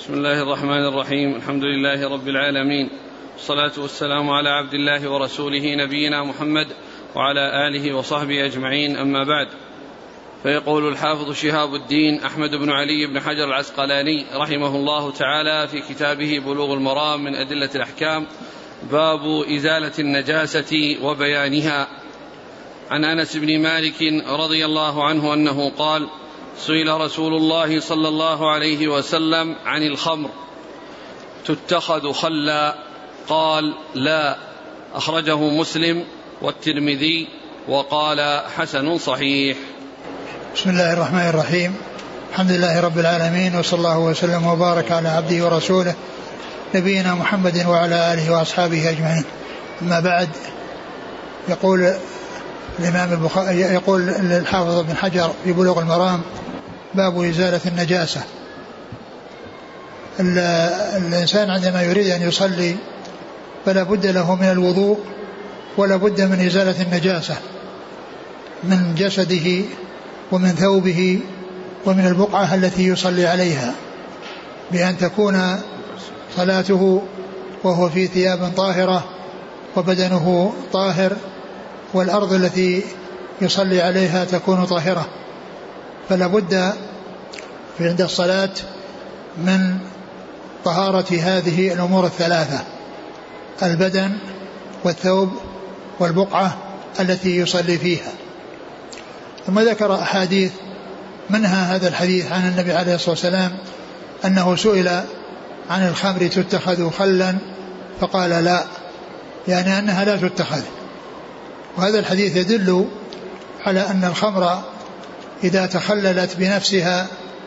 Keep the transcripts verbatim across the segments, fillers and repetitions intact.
بسم الله الرحمن الرحيم. الحمد لله رب العالمين، والصلاة والسلام على عبد الله ورسوله نبينا محمد وعلى آله وصحبه أجمعين، أما بعد. فيقول الحافظ شهاب الدين أحمد بن علي بن حجر العسقلاني رحمه الله تعالى في كتابه بلوغ المرام من أدلة الأحكام: باب إزالة النجاسة وبيانها. عن أنس بن مالك رضي الله عنه أنه قال: سئل رسول الله صلى الله عليه وسلم عن الخمر: تتخذ خلا؟ قال: لا. أخرجه مسلم والترمذي وقال حسن صحيح. بسم الله الرحمن الرحيم. الحمد لله رب العالمين، وصلى الله وسلم وبارك على عبده ورسوله نبينا محمد وعلى آله وأصحابه أجمعين، أما بعد. يقول الإمام البخاري يقول الحافظ ابن حجر في بلوغ المرام: باب إزالة النجاسة. الإنسان عندما يريد أن يصلي فلا بد له من الوضوء، ولا بد من إزالة النجاسة من جسده ومن ثوبه ومن البقعة التي يصلي عليها، بأن تكون صلاته وهو في ثياب طاهرة وبدنه طاهر، والأرض التي يصلي عليها تكون طاهرة. فلا بد في عند الصلاة من طهارة هذه الأمور الثلاثة: البدن والثوب والبقعة التي يصلي فيها. ثم ذكر أحاديث، منها هذا الحديث عن النبي عليه الصلاة والسلام أنه سئل عن الخمر: تتخذ خلا؟ فقال: لا، يعني أنها لا تتخذ. وهذا الحديث يدل على أن الخمر إذا تخللت بنفسها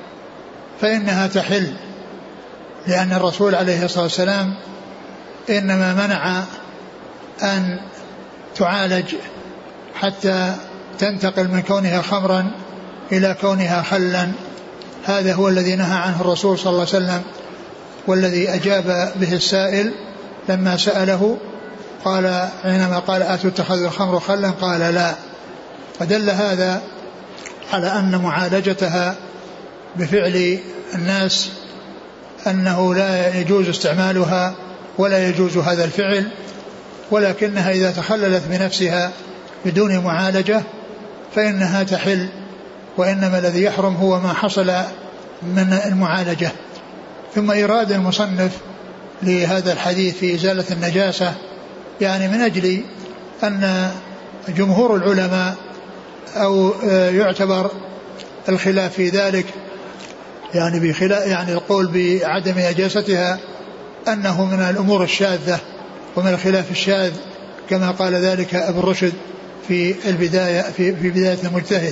فإنها تحل، لأن الرسول عليه الصلاة والسلام إنما منع أن تعالج حتى تنتقل من كونها خمرا إلى كونها خلا. هذا هو الذي نهى عنه الرسول صلى الله عليه وسلم، والذي أجاب به السائل لما سأله، قال حينما قال: أتتخذ الخمر خلا؟ قال: لا. فدل هذا على أن معالجتها بفعل الناس أنه لا يجوز استعمالها ولا يجوز هذا الفعل، ولكنها إذا تخللت بنفسها بدون معالجة فإنها تحل، وإنما الذي يحرم هو ما حصل من المعالجة. ثم إراد المصنف لهذا الحديث في إزالة النجاسة يعني من أجل أن جمهور العلماء أو يعتبر الخلاف في ذلك، يعني بخلاف يعني القول بعدم نجاستها أنه من الأمور الشاذة ومن الخلاف الشاذ، كما قال ذلك ابن رشد في البداية في, في بداية المجتهد.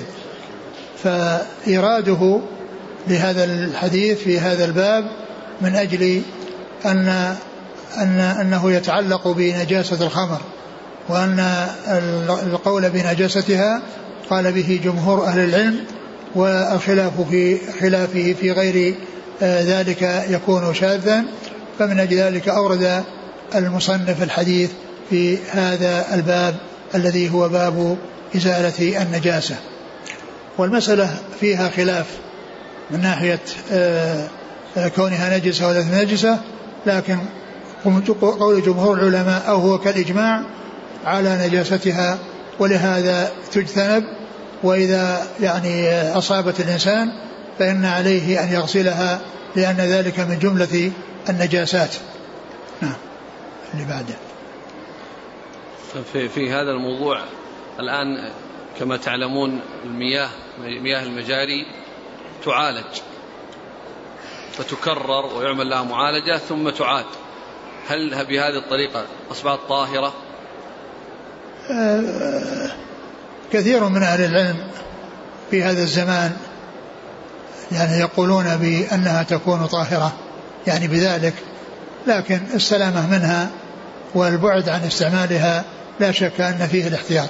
فإراده لهذا الحديث في هذا الباب من أجل أن أن أنه يتعلق بنجاسة الخمر، وأن القول بنجاستها قال به جمهور أهل العلم، والخلاف في خلافه في غير ذلك يكون شاذا. فمن أجل ذلك أورد المصنف الحديث في هذا الباب الذي هو باب إزالة النجاسة. والمسألة فيها خلاف من ناحية كونها نجسة ولا نجسة، لكن قول جمهور العلماء أو هو كالإجماع على نجاستها، ولهذا تجتنب. وإذا يعني أصابت الإنسان فإن عليه أن يغسلها، لأن ذلك من جملة النجاسات. نعم. اللي بعده في, في هذا الموضوع الآن كما تعلمون المياه مياه المجاري تعالج فتكرر ويعمل لها معالجة ثم تعاد. هل بهذه الطريقة أصبحت طاهرة؟ آه كثير من أهل العلم في هذا الزمان يعني يقولون بأنها تكون طاهرة يعني بذلك، لكن السلامة منها والبعد عن استعمالها لا شك أن فيه الاحتياط.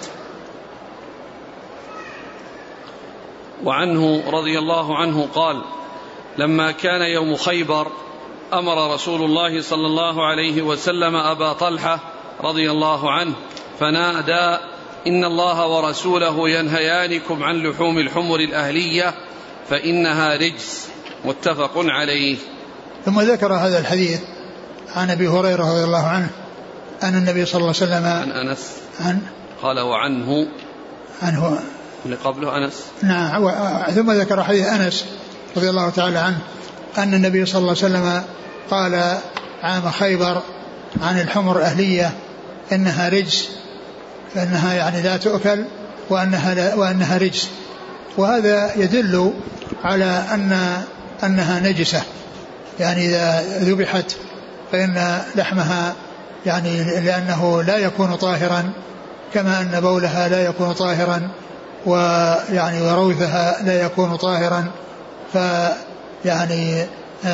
وعنه رضي الله عنه قال: لما كان يوم خيبر أمر رسول الله صلى الله عليه وسلم أبا طلحة رضي الله عنه فنادى: إن الله ورسوله ينهيانكم عن لحوم الحمر الأهلية فإنها رجس. متفق عليه. ثم ذكر هذا الحديث عن أبي هريرة رضي الله عنه أن النبي صلى الله عليه وسلم عن أنس عن قال وعنه عنه اللي قبله أنس نعم. ثم ذكر حديث أنس رضي الله تعالى عنه أن النبي صلى الله عليه وسلم قال عام خيبر عن الحمر الأهلية إنها رجس، فإنها يعني لا تؤكل وأنها, لا وأنها رجس. وهذا يدل على أن أنها نجسة، يعني إذا ذبحت فإن لحمها يعني لأنه لا يكون طاهرا، كما أن بولها لا يكون طاهرا ويعني وروثها لا يكون طاهرا، فيعني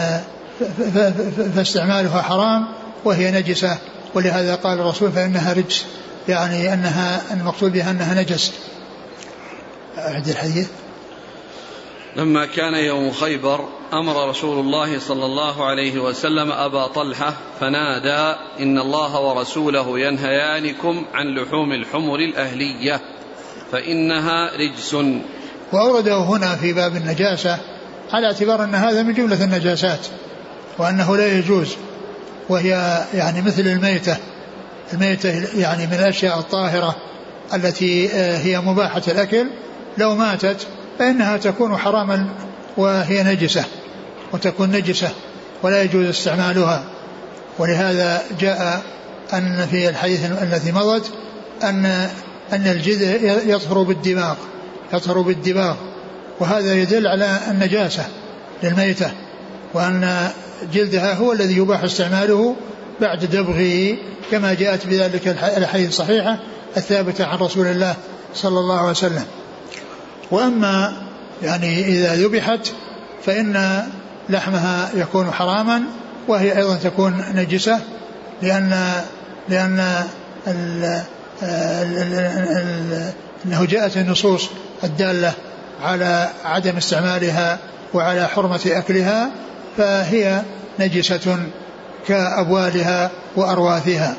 فاستعمالها حرام وهي نجسة. ولهذا قال الرسول فإنها رجس، يعني أنها المقصود بها أنها نجس. أعد الحديث. لما كان يوم خيبر أمر رسول الله صلى الله عليه وسلم أبا طلحة فنادى إن الله ورسوله ينهيانكم عن لحوم الحمر الأهلية فإنها رجس. وأورده هنا في باب النجاسة على اعتبار أن هذا من جملة النجاسات وأنه لا يجوز، وهي يعني مثل الميتة. الميتة يعني من الأشياء الطاهرة التي هي مباحة الأكل، لو ماتت فإنها تكون حراما وهي نجسة وتكون نجسة ولا يجوز استعمالها. ولهذا جاء أن في الحديث الذي مضت أن أن الجلد يطهر بالدماغ يطهر بالدماغ وهذا يدل على النجاسة للميتة، وأن جلدها هو الذي يباح استعماله بعد دبغه، كما جاءت بذلك الحديث الصحيحة الثابتة عن رسول الله صلى الله عليه وسلم. وأما يعني إذا ذبحت فإن لحمها يكون حراما وهي أيضا تكون نجسة، لأن لأن ال ال ال أنه جاءت النصوص الدالة على عدم استعمالها وعلى حرمة أكلها، فهي نجسة كأبوالها وأرواثها.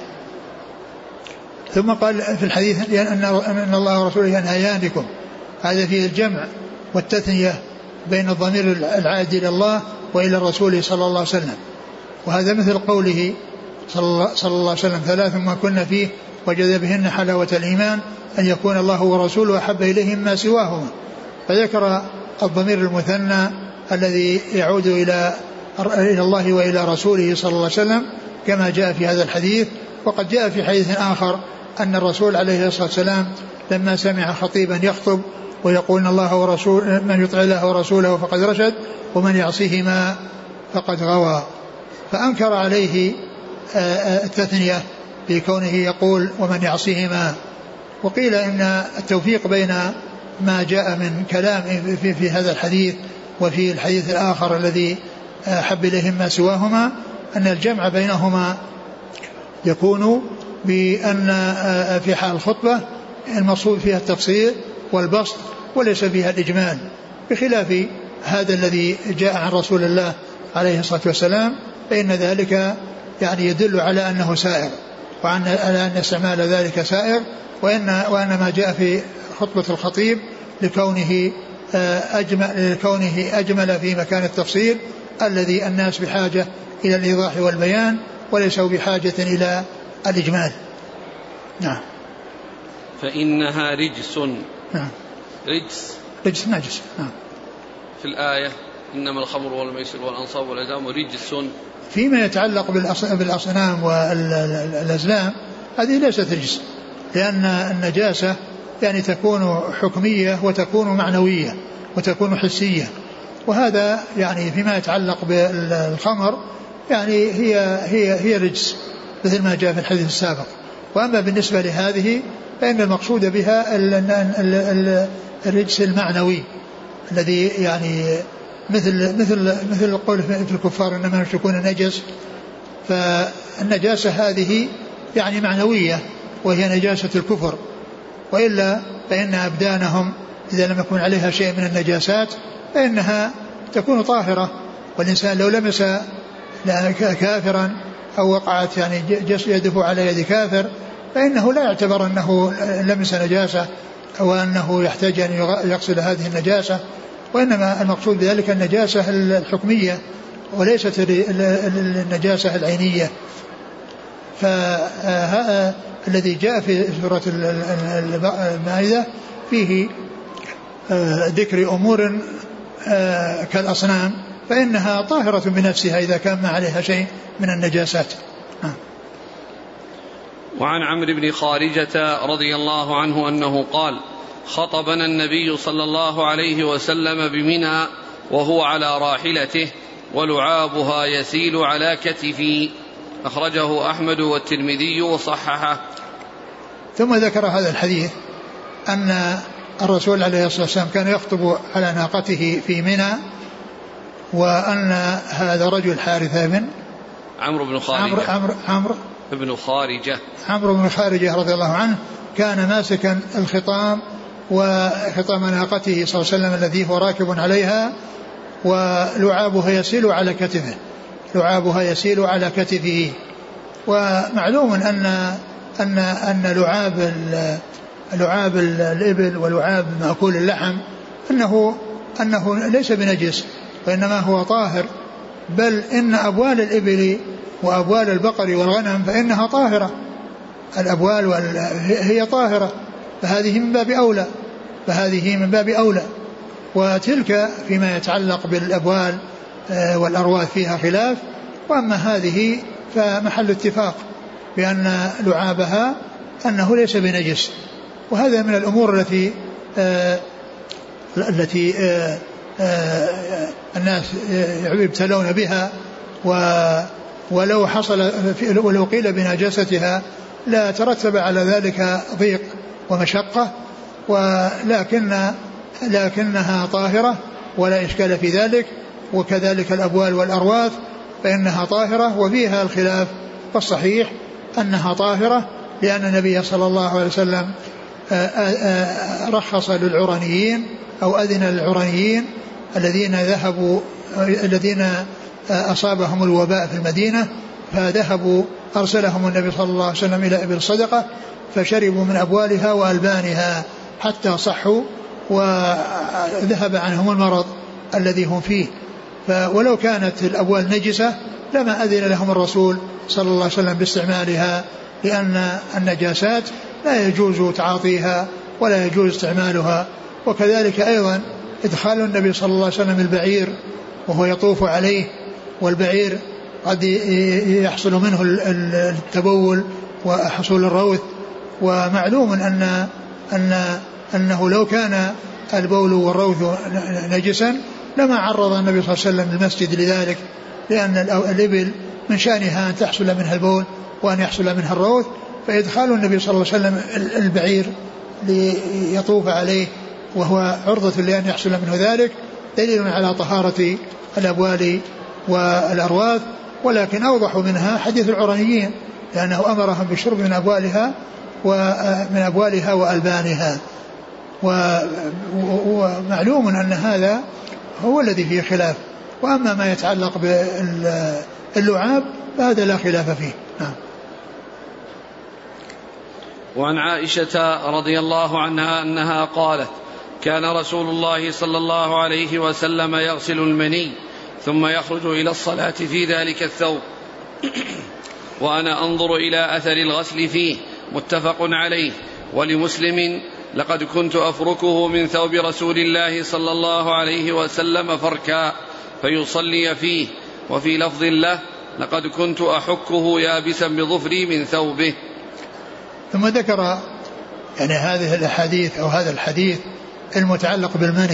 ثم قال في الحديث أن الله ورسوله ينهيانكم، هذا فيه الجمع والتثنية بين الضمير العائد إلى الله وإلى الرسول صلى الله عليه وسلم. وهذا مثل قوله صلى الله عليه وسلم ثلاث ما كنا فيه وجد بهن حلاوة الإيمان أن يكون الله ورسوله أحب إليهم ما سواهما. فذكر الضمير المثنى الذي يعود إلى إلى الله وإلى رسوله صلى الله عليه وسلم كما جاء في هذا الحديث. وقد جاء في حديث آخر أن الرسول عليه الصلاة والسلام لما سمع خطيبا يخطب ويقول الله ورسول من يطع الله ورسوله فقد رشد ومن يعصيهما فقد غوى، فأنكر عليه التثنية بكونه يقول ومن يعصيهما. وقيل إن التوفيق بين ما جاء من كلام في, في هذا الحديث وفي الحديث الآخر الذي أحب إليهم ما سواهما أن الجمع بينهما يكون بأن في حال الخطبة المقصود فيها التفصيل والبسط وليس فيها الإجمال، بخلاف هذا الذي جاء عن رسول الله عليه الصلاة والسلام، فإن ذلك يعني يدل على أنه سائر وعن أن استعمال ذلك سائر، وإن, وأن ما جاء في خطبة الخطيب لكونه أجمل, لكونه أجمل في مكان التفصيل الذي الناس بحاجة إلى الإيضاح والبيان وليسوا بحاجة إلى الإجمال. نعم. فإنها رجس. نعم. رجس رجس نجس. نعم. في الآية إنما الخمر والميسر والأنصاب والأزلام رجس. فيما يتعلق بالأصنام والأزلام هذه ليست رجس، لأن النجاسة يعني تكون حكمية وتكون معنوية وتكون حسية، وهذا يعني فيما يتعلق بالخمر يعني هي هي هي رجس مثل ما جاء في الحديث السابق. وأما بالنسبة لهذه فإن المقصود بها الرجس المعنوي الذي يعني مثل مثل مثل القول في الكفار إنما يشركون نجس، فالنجاسة هذه يعني معنوية وهي نجاسة الكفر، وإلا فإن أبدانهم إذا لم يكن عليها شيء من النجاسات فإنها تكون طاهرة، والإنسان لو لمس كافرا أو وقعت يعني يده على يد كافر فإنه لا يعتبر أنه لمس نجاسة أو أنه يحتاج أن يغسل هذه النجاسة، وإنما المقصود بذلك النجاسة الحكمية وليست النجاسة العينية. فالذي جاء في سورة المائدة فيه ذكر أمور كالأصنام فإنها طاهرة بنفسها إذا كان ما عليها شيء من النجاسات. وعن عمرو بن خارجة رضي الله عنه أنه قال: خطبنا النبي صلى الله عليه وسلم بمنى وهو على راحلته ولعابها يسيل على كتفي. أخرجه أحمد والترمذي وصححه. ثم ذكر هذا الحديث أن الرسول عليه الصلاة والسلام كان يخطب على ناقته في منى، وأن هذا رجل حارثة بن عمرو بن خارجة عمرو عمرو عمرو بن خارجة عمرو بن خارجة رضي الله عنه كان ماسكا الخطام وخطام ناقته صلى الله عليه وسلم الذي هو راكب عليها، ولعابها يسيل على كتفه لعابها يسيل على كتفه. ومعلوم أن أن أن لعاب لعاب الإبل ولعاب مأكول اللحم أنه أنه ليس بنجس وإنما هو طاهر، بل إن أبوال الإبل وأبوال البقر والغنم فإنها طاهرة، الأبوال هي طاهرة، فهذه من باب أولى فهذه من باب أولى وتلك فيما يتعلق بالأبوال والأرواث فيها خلاف، وأما هذه فمحل اتفاق بأن لعابها أنه ليس بنجس. وهذا من الأمور التي آه التي آه آه الناس يبتلون بها، ولو حصل ولو قيل بنجاستها لا ترتب على ذلك ضيق ومشقة، ولكن لكنها طاهرة ولا إشكال في ذلك. وكذلك الأبوال والأرواث فإنها طاهرة وفيها الخلاف، فالصحيح أنها طاهرة، لأن النبي صلى الله عليه وسلم رخص للعرانيين أو أذن للعرانيين الذين ذهبوا الذين أصابهم الوباء في المدينة فذهبوا أرسلهم النبي صلى الله عليه وسلم إلى إبل صدقة فشربوا من أبوالها وألبانها حتى صحوا وذهب عنهم المرض الذي هم فيه. ولو كانت الأبوال نجسة لما أذن لهم الرسول صلى الله عليه وسلم باستعمالها، لأن النجاسات لا يجوز تعاطيها ولا يجوز استعمالها. وكذلك أيضا إدخال النبي صلى الله عليه وسلم البعير وهو يطوف عليه، والبعير قد يحصل منه التبول وحصول الروث، ومعلوم أن أن أنه لو كان البول والروث نجسا لما عرض النبي صلى الله عليه وسلم المسجد لذلك، لأن الإبل من شأنها أن تحصل منها البول وأن يحصل منها الروث، فإدخال النبي صلى الله عليه وسلم البعير ليطوف عليه وهو عرضة لأن يحصل منه ذلك دليل على طهارة الأبوال والأرواث. ولكن أوضح منها حديث العرانيين، لأنه أمرهم بالشرب من أبوالها ومن أبوالها وألبانها، ومعلوم أن هذا هو الذي فيه خلاف. وأما ما يتعلق باللعاب فهذا لا خلاف فيه. وعن عائشة رضي الله عنها أنها قالت: كان رسول الله صلى الله عليه وسلم يغسل المني ثم يخرج إلى الصلاة في ذلك الثوب وأنا أنظر إلى أثر الغسل فيه. متفق عليه. ولمسلم: لقد كنت أفركه من ثوب رسول الله صلى الله عليه وسلم فركا فيصلي فيه. وفي لفظ له: لقد كنت أحكه يابسا بظفري من ثوبه. ثم ذكر يعني هذه الأحاديث أو هذا الحديث المتعلق بالمني،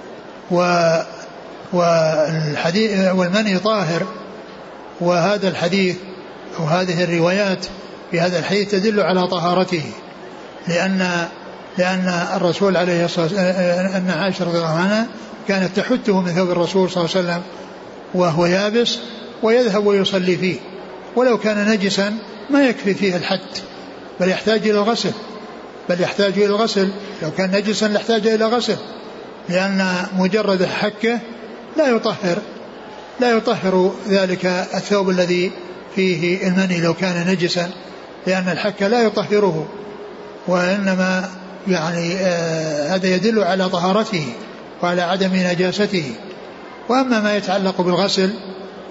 والحديث والمني طاهر، وهذا الحديث أو هذه الروايات في هذا الحديث تدل على طهارته، لأن لأن الرسول عليه الصلاة والسلام أن عائشة رضي الله عنها كانت تحته من ثوب الرسول صلى الله عليه وسلم وهو يابس ويذهب ويصلي فيه، ولو كان نجسا ما يكفي فيه الحد بل يحتاج إلى الغسل بل يحتاج إلى الغسل لو كان نجسا لاحتاج إلى غسل، لأن مجرد حكه لا يطهر لا يطهر ذلك الثوب الذي فيه المني لو كان نجسا، لأن الحك لا يطهره، وإنما يعني آه هذا يدل على طهارته وعلى عدم نجاسته. وأما ما يتعلق بالغسل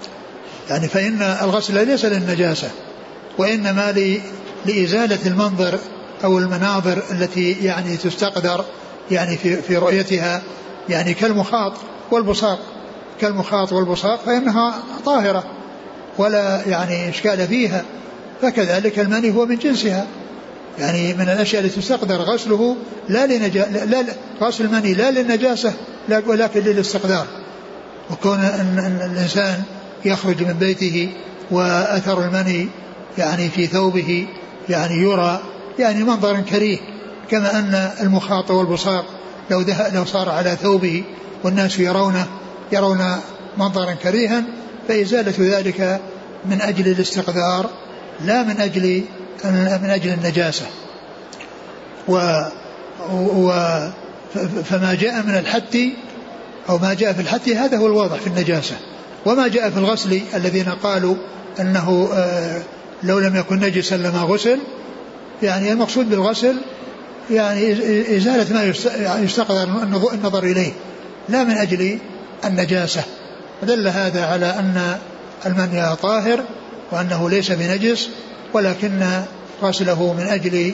يعني فإن الغسل ليس للنجاسة، وإنما لإزالة المنظر أو المناظر التي يعني تستقدر يعني في, في رؤيتها، يعني كالمخاط والبصاق كالمخاط والبصاق فإنها طاهرة ولا يعني إشكال فيها، فكذلك المني هو من جنسها، يعني من الأشياء التي تستقدر غسله لا لنجا لا غسل المني لا للنجاسة ولكن للاستقدار. وكون أن الإنسان يخرج من بيته وأثر المني يعني في ثوبه يعني يرى يعني منظر كريه، كما أن المخاط والبصاق لو, لو صار على ثوبه والناس يرونه يرون منظرا كريها، فإزالة ذلك من أجل الاستقذار لا من أجل من أجل النجاسة. و, و فما جاء من الحت أو ما جاء في الحت هذا هو الواضح في النجاسة. وما جاء في الغسل الذين قالوا أنه لو لم يكن نجسا لما غسل، يعني المقصود بالغسل يعني إزالة ما يستقدر النظر إليه لا من أجل النجاسة. ودل هذا على أن المني طاهر وأنه ليس بنجس، ولكن غسله من أجل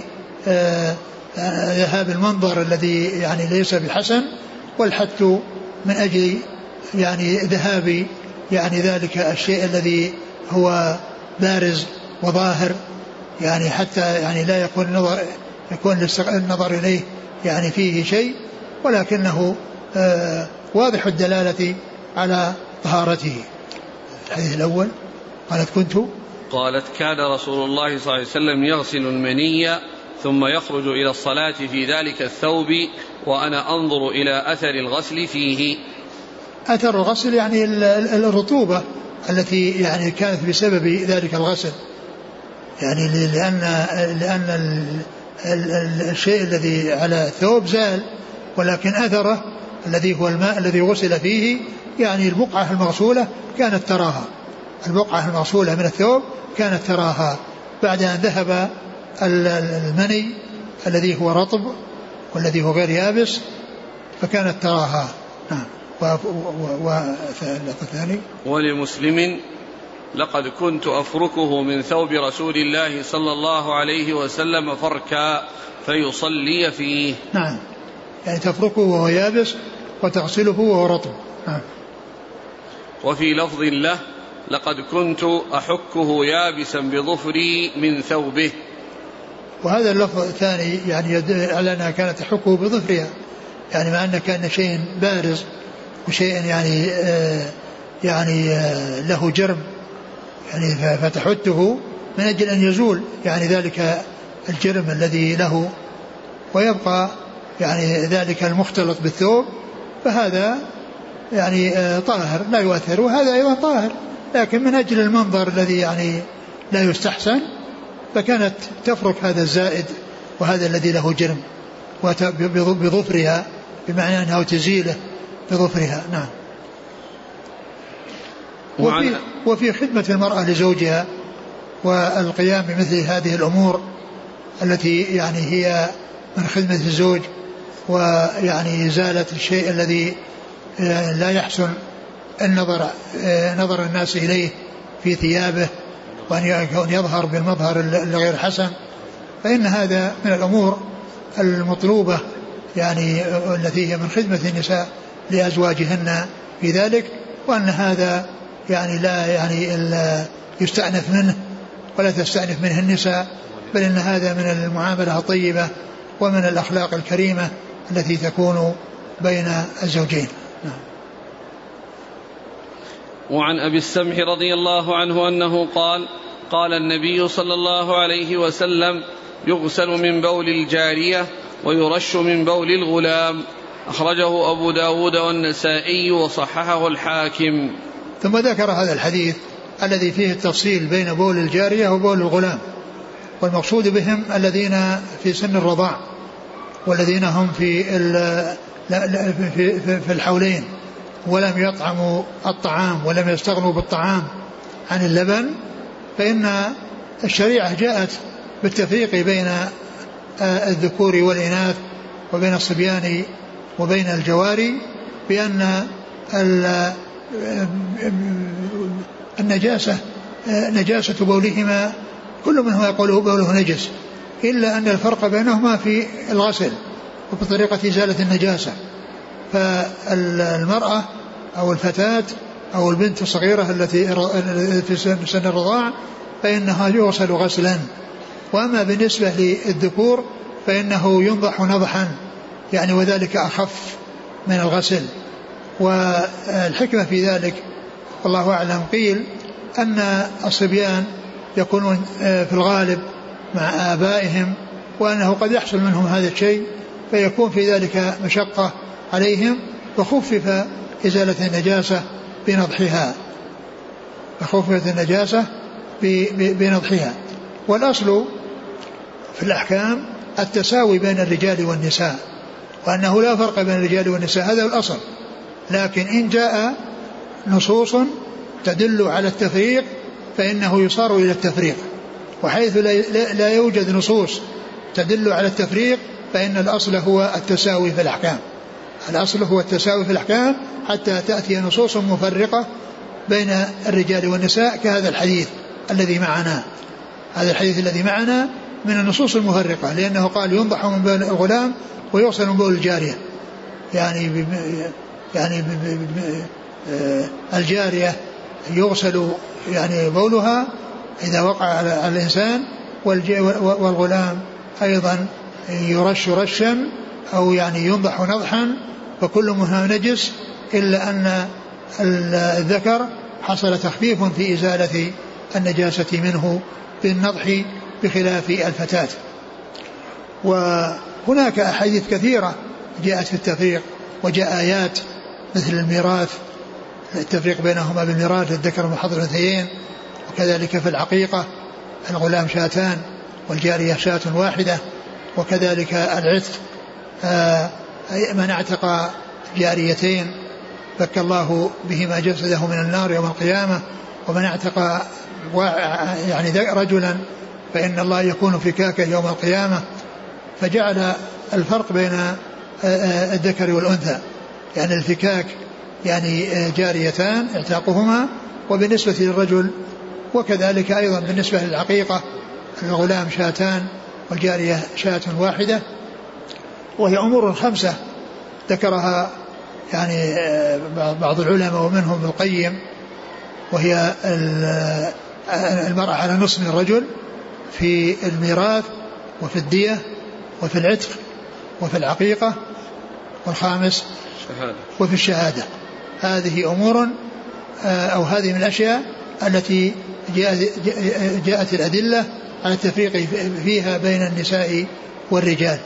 ذهاب المنظر الذي يعني ليس بحسن، والحت من أجل يعني ذهاب يعني ذلك الشيء الذي هو بارز وظاهر، يعني حتى يعني لا يكون النظر يكون النظر إليه يعني فيه شيء، ولكنه آه واضح الدلالة على طهارته. الحديث الأول قالت كنت قالت كان رسول الله صلى الله عليه وسلم يغسل المني ثم يخرج إلى الصلاة في ذلك الثوب وأنا أنظر إلى أثر الغسل فيه. أثر الغسل يعني الرطوبة التي يعني كانت بسبب ذلك الغسل، يعني لأن لأن الشيء الذي على الثوب زال، ولكن أثره الذي هو الماء الذي غسل فيه يعني البقعة المغسولة كانت تراها، البقعة المغسولة من الثوب كانت تراها بعد أن ذهب المني الذي هو رطب والذي هو غير يابس فكانت تراها. نعم. والثاني ولمسلم لقد كنت أفركه من ثوب رسول الله صلى الله عليه وسلم فركا فيصلي فيه. نعم، يعني تفركه وهو يابس وتغسله وهو رطب. نعم. وفي لفظ له لقد كنت أحكه يابسا بظفري من ثوبه. وهذا اللفظ الثاني يعني يدل على أنها كانت تحكه بظفرها، يعني مع أن كان شيء بارز وشيء يعني آه يعني آه له جرم، يعني فتحته من أجل أن يزول يعني ذلك الجرم الذي له ويبقى يعني ذلك المختلط بالثوب، فهذا يعني آه طاهر لا يؤثر، وهذا أيضا طاهر، لكن من أجل المنظر الذي يعني لا يستحسن فكانت تفرك هذا الزائد وهذا الذي له جرم بظفرها، بمعنى أنها تزيله بظفرها. نعم. وفي, وفي خدمة المرأة لزوجها والقيام بمثل هذه الأمور التي يعني هي من خدمة الزوج، ويعني إزالة الشيء الذي لا يحسن النظر نظر الناس إليه في ثيابه وأن يظهر بالمظهر الغير حسن، فإن هذا من الأمور المطلوبة يعني التي هي من خدمة النساء لأزواجهن في ذلك، وأن هذا يعني لا يعني إلا يستأنف منه ولا تستأنف منه النساء، بل إن هذا من المعاملة الطيبة ومن الأخلاق الكريمة التي تكون بين الزوجين. نعم. وعن أبي السمح رضي الله عنه أنه قال قال النبي صلى الله عليه وسلم يغسل من بول الجارية ويرش من بول الغلام. أخرجه أبو داود والنسائي وصححه الحاكم. ثم ذكر هذا الحديث الذي فيه التفصيل بين بول الجارية وبول الغلام، والمقصود بهم الذين في سن الرضاع والذين هم في في الحولين ولم يطعموا الطعام ولم يستغنوا بالطعام عن اللبن، فإن الشريعة جاءت بالتفريق بين الذكور والإناث وبين الصبيان وبين الجواري، بأن النجاسة نجاسة بولهما كل منهما يقول بوله نجس، إلا أن الفرق بينهما في الغسل وبطريقة إزالة النجاسة. فالمرأة أو الفتاة أو البنت الصغيرة التي في سن الرضاع فإنها يغسل غسلا، وأما بالنسبة للذكور فإنه ينضح نضحا يعني وذلك أخف من الغسل. والحكمة في ذلك والله أعلم قيل أن الصبيان يكونون في الغالب مع آبائهم وأنه قد يحصل منهم هذا الشيء فيكون في ذلك مشقة عليهم، فخفف إزالة النجاسة بنضحها فخففت النجاسة بنضحها. والأصل في الأحكام التساوي بين الرجال والنساء، وأنه لا فرق بين الرجال والنساء، هذا الأصل. لكن إن جاء نصوص تدل على التفريق فإنه يصار إلى التفريق، وحيث لا يوجد نصوص تدل على التفريق فإن الأصل هو التساوي في الأحكام. الأصل هو التساوي في الأحكام حتى تأتي نصوص مفرقة بين الرجال والنساء كهذا الحديث الذي معنا. هذا الحديث الذي معنا من النصوص المفرقة، لأنه قال ينضح من بول الغلام ويغسل من بول الجارية، يعني ب يعني ب ب الجارية يغسل يعني بولها إذا وقع على الإنسان، والغلام أيضا يرش رشا أو يعني ينضح نضحا، فكل منها نجس إلا أن الذكر حصل تخفيف في إزالة النجاسة منه بالنضح بخلاف الفتاة. وهناك أحاديث كثيرة جاءت في التفريق، وجاء آيات مثل الميراث التفريق بينهما بالميراث للذكر مثل حظ الأنثيين، وكذلك في العقيقة الغلام شاتان والجارية شاة واحدة، وكذلك العتق من اعتق جاريتين فك الله بهما جسده من النار يوم القيامة، ومن اعتق يعني رجلا فإن الله يكون فكاكه يوم القيامة. فجعل الفرق بين الذكر والأنثى، يعني الفكاك يعني جاريتان اعتاقهما وبالنسبة للرجل، وكذلك أيضا بالنسبة للعقيقة الغلام شاتان والجارية شاة واحدة. وهي أمور خمسة ذكرها يعني بعض العلماء ومنهم ابن القيم، وهي المرأة على نصف من الرجل في الميراث وفي الدية وفي العتق وفي العقيقة، والخامس وفي الشهادة. هذه أمور أو هذه من الأشياء التي جاءت الأدلة على التفريق فيها بين النساء والرجال.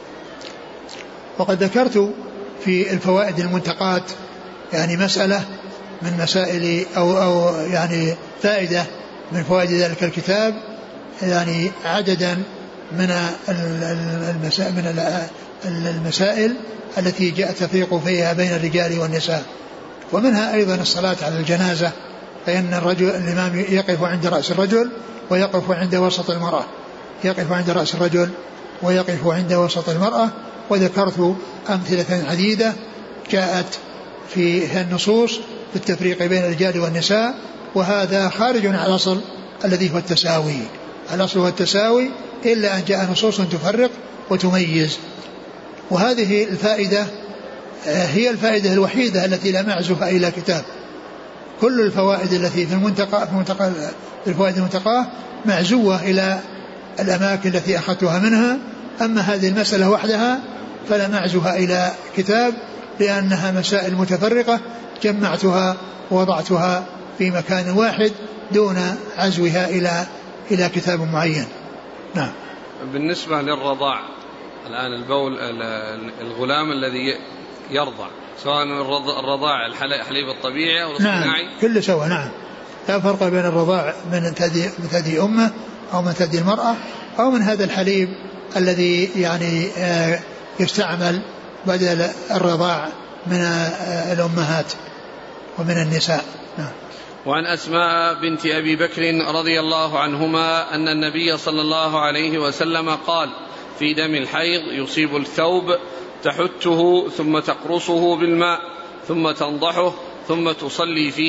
وقد ذكرت في الفوائد المنتقات يعني مسألة من مسائل أو, أو يعني فائدة من فوائد ذلك الكتاب، يعني عددا من المسائل, من المسائل التي جاء التفريق فيها بين الرجال والنساء. ومنها أيضا الصلاة على الجنازة، فإن الرجل الإمام يقف عند رأس الرجل ويقف عند وسط المرأة، يقف عند رأس الرجل ويقف عند وسط المرأة. وذكرت أمثلة عديدة جاءت في النصوص في التفريق بين الرجال والنساء، وهذا خارج عن الأصل الذي هو التساوي. الأصل هو التساوي إلا أن جاء نصوص تفرق وتميز. وهذه الفائدة هي الفائدة الوحيدة التي لا معزوها إلى كتاب. كل الفوائد التي في المنتقى في منتقى الفوائد المنتقاه معزوة إلى الأماكن التي أخذتها منها، أما هذه المسألة وحدها فلا معزوها إلى كتاب، لأنها مسائل متفرقة جمعتها ووضعتها في مكان واحد دون عزوها إلى إلى كتاب معين. نعم. بالنسبة للرضاع الآن، البول الغلام الذي يرضع، سواء الرضاع الحليب الطبيعي أو الاصطناعي، نعم كله سوا. نعم لا فرق بين الرضاع من ثدي من ثدي أمه أو من ثدي المرأة أو من هذا الحليب الذي يعني يستعمل بدل الرضاع من الأمهات ومن النساء. نعم. وعن أسماء بنت أبي بكر رضي الله عنهما أن النبي صلى الله عليه وسلم قال في دم الحيض يصيب الثوب تحته ثم تقرصه بالماء ثم تنضحه ثم تصلي فيه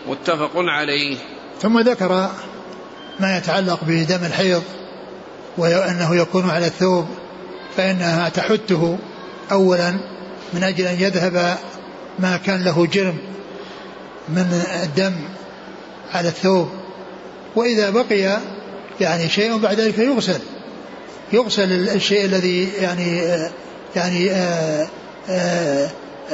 متفق عليه. ثم ذكر ما يتعلق بدم الحيض وأنه يكون على الثوب، فإنها تحته أولا من أجل أن يذهب ما كان له جرم من الدم على الثوب، وإذا بقي يعني شيء بعد ذلك يغسل يغسل الشيء الذي يعني يعني آآ آآ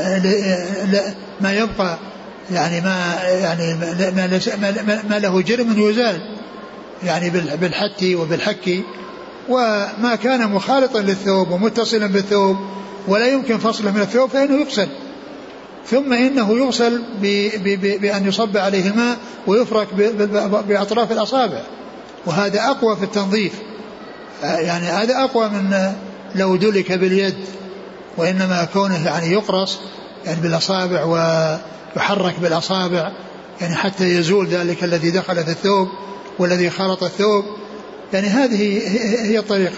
ما يبقى يعني ما يعني ما, ما له جرم يزال يعني بالحت وبالحك، وما كان مخالطا للثوب ومتصلا بالثوب ولا يمكن فصله من الثوب فإنه يغسل. ثم إنه يغسل بأن يصب عليه الماء ويفرك بأطراف الأصابع، وهذا أقوى في التنظيف، يعني هذا أقوى من لو دلك باليد، وإنما كونه يعني يقرص يعني بالأصابع ويحرك بالأصابع يعني حتى يزول ذلك الذي دخل في الثوب والذي خلط الثوب، يعني هذه هي الطريقة.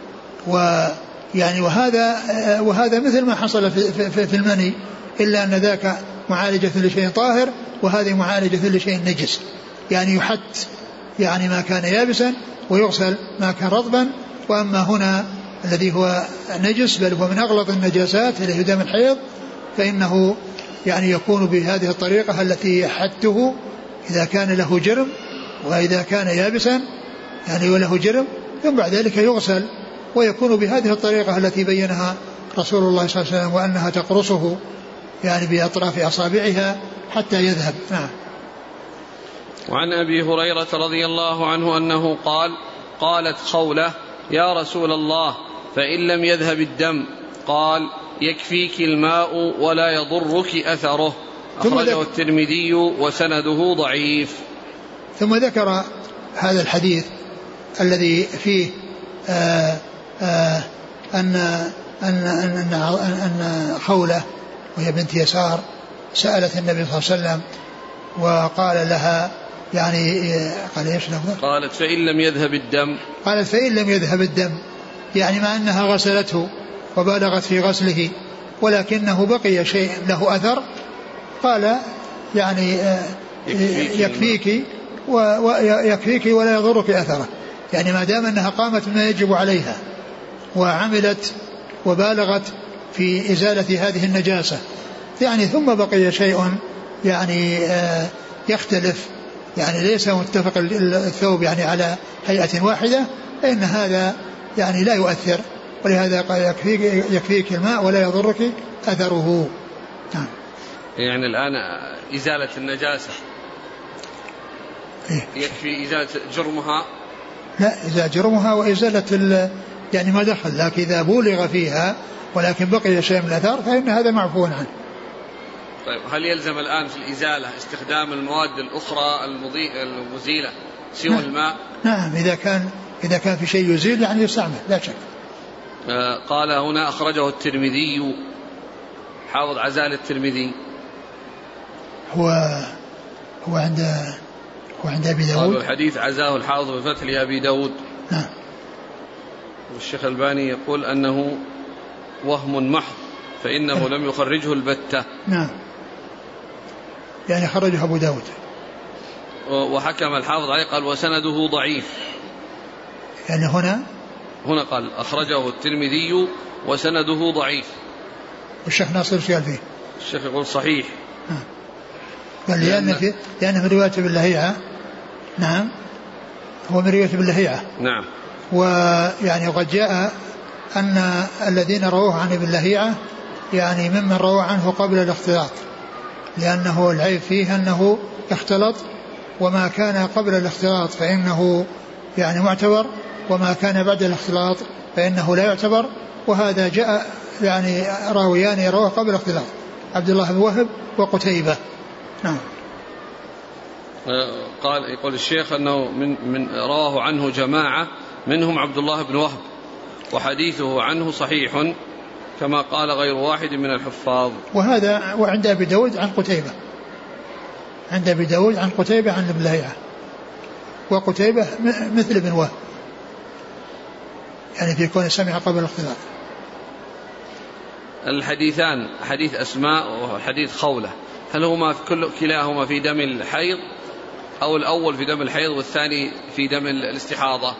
ويعني وهذا وهذا مثل ما حصل في, في, في المني، إلا أن ذاك معالجة لشيء طاهر وهذه معالجة لشيء نجس، يعني يحت يعني ما كان يابسا ويغسل ما كان رطبا. وأما هنا الذي هو نجس بل هو من أغلظ النجاسات اللي هي دم الحيض، فإنه يعني يكون بهذه الطريقة التي يحته إذا كان له جرم، وإذا كان يابسا يعني وله جرم ثم بعد ذلك يغسل، ويكون بهذه الطريقة التي بينها رسول الله صلى الله عليه وسلم، وأنها تقرصه يعني بأطراف أصابعها حتى يذهب. نعم. وعن أبي هريرة رضي الله عنه أنه قال: قالت خولة: يا رسول الله، فإن لم يذهب الدم؟ قال: يكفيك الماء ولا يضرك أثره. أخرجه الترمذي وسنده ضعيف. ثم ذكر هذا الحديث الذي فيه آآ آآ أن أن أن أن خولة وهي بنت يسار سألت النبي صلى الله عليه وسلم وقال لها يعني قال ايش لفظه؟ قالت: فإن لم يذهب الدم. قالت: فإن لم يذهب الدم، يعني مع أنها غسلته وبالغت في غسله ولكنه بقي شيء له أثر، قال يعني يكفيك ويكفيك ولا يضرك أثره، يعني ما دام أنها قامت بما يجب عليها وعملت وبالغت في إزالة هذه النجاسة، يعني ثم بقي شيء يعني يختلف، يعني ليس متفق الثوب يعني على هيئة واحدة، فإن هذا يعني لا يؤثر، ولهذا قال: يكفيك, يكفيك الماء ولا يضرك أثره. نعم. يعني الآن إزالة النجاسة إيه؟ يكفي إزالة جرمها؟ لا، إزالة جرمها وإزالة يعني ما دخل، لكن إذا بولغ فيها ولكن بقي شيء من الأثر فإن هذا معفو عنه. طيب، هل يلزم الآن في الإزالة استخدام المواد الأخرى المزيلة سوى نعم. الماء؟ نعم، إذا كان إذا كان في شيء يزيل يعني يستعمل لا شك. آه قال هنا: أخرجه الترمذي. حافظ عزال الترمذي هو هو عند هو عند أبي داود. الحديث عزاه الحافظ بفتح لأبي داود. نعم. والشيخ الباني يقول أنه وهم محض، فإنه لم يخرجه البتة. نعم، يعني خرجه أبو داود. وحكم الحافظ عليه قال: وسنده ضعيف. يعني هنا هنا قال: أخرجه الترمذي وسنده ضعيف. والشيخ ناصر قال فيه؟ الشيخ يقول صحيح. نعم. قال لأن في لأن من رواية باللهيعة. نعم، هو من رواية باللهيعة. نعم. ويعني قد جاء أن الذين رووه عن ابن لهيعة يعني ممن روى عنه قبل الاختلاط، لأنه العيب فيه أنه اختلط، وما كان قبل الاختلاط فإنه يعني معتبر، وما كان بعد الاختلاط فإنه لا يعتبر. وهذا جاء يعني راويان يروه قبل الاختلاط، عبد الله بن وهب وقتيبة. نعم. قال يقول الشيخ أنه من, من رواه عنه جماعة منهم عبد الله بن وهب، وحديثه عنه صحيح كما قال غير واحد من الحفاظ. وهذا وعند أبي داود عن قتيبة، عند أبي داود عن قتيبة عن ابن لهيعة، وقتيبة مثل ابن وهب يعني في كون سمع قبل الاختلاط. الحديثان حديث أسماء وحديث خولة هل هما كل كلاهما في دم الحيض أو الأول في دم الحيض والثاني في دم الاستحاضة؟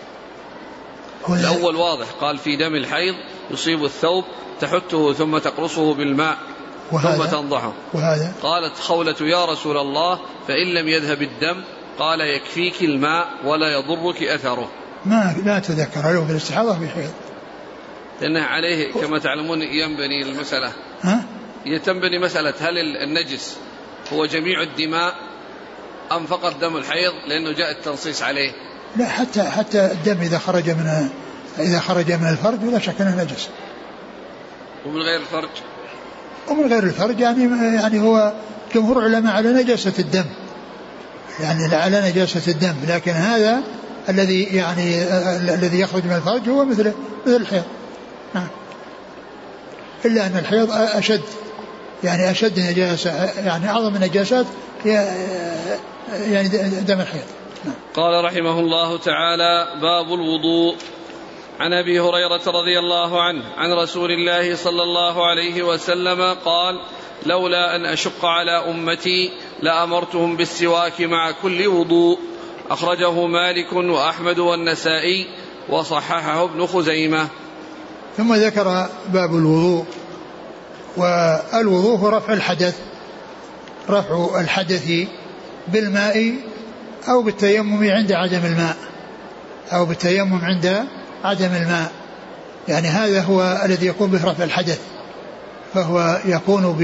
الأول واضح، قال في دم الحيض يصيب الثوب تحته ثم تقرصه بالماء ثم تنضحه. وهذا قالت خولة يا رسول الله فإن لم يذهب الدم؟ قال يكفيك الماء ولا يضرك أثره. ما لا تذكر له في الاستحاضة في حيض، لأنه عليه كما تعلمون ينبني المسألة ها؟ يتنبني مسألة هل النجس هو جميع الدماء أم فقط دم الحيض، لأنه جاء التنصيص عليه. لا، حتى حتى الدم إذا خرج من إذا خرج من الفرج لا شك أنه نجس. ومن غير الفرج؟ ومن غير الفرج يعني يعني هو جمهور العلماء على نجاسة الدم، يعني على نجاسة الدم، لكن هذا الذي يعني الذي يخرج من الفرج هو مثل مثل الحيض. نعم. إلا أن الحيض أشد، يعني أشد نجاسة، يعني أعظم النجاسات يعني دم الحيض. نعم. قال رحمه الله تعالى: باب الوضوء. عن أبي هريرة رضي الله عنه عن رسول الله صلى الله عليه وسلم قال: لولا أن أشق على أمتي لأمرتهم بالسواك مع كل وضوء. أخرجه مالك وأحمد والنسائي وصححه ابن خزيمة. ثم ذكر باب الوضوء. والوضوء هو رفع الحدث، رفع الحدث بالماء أو بالتيمم عند عدم الماء، أو بالتيمم عند عدم الماء، يعني هذا هو الذي يكون به رفع الحدث، فهو يكون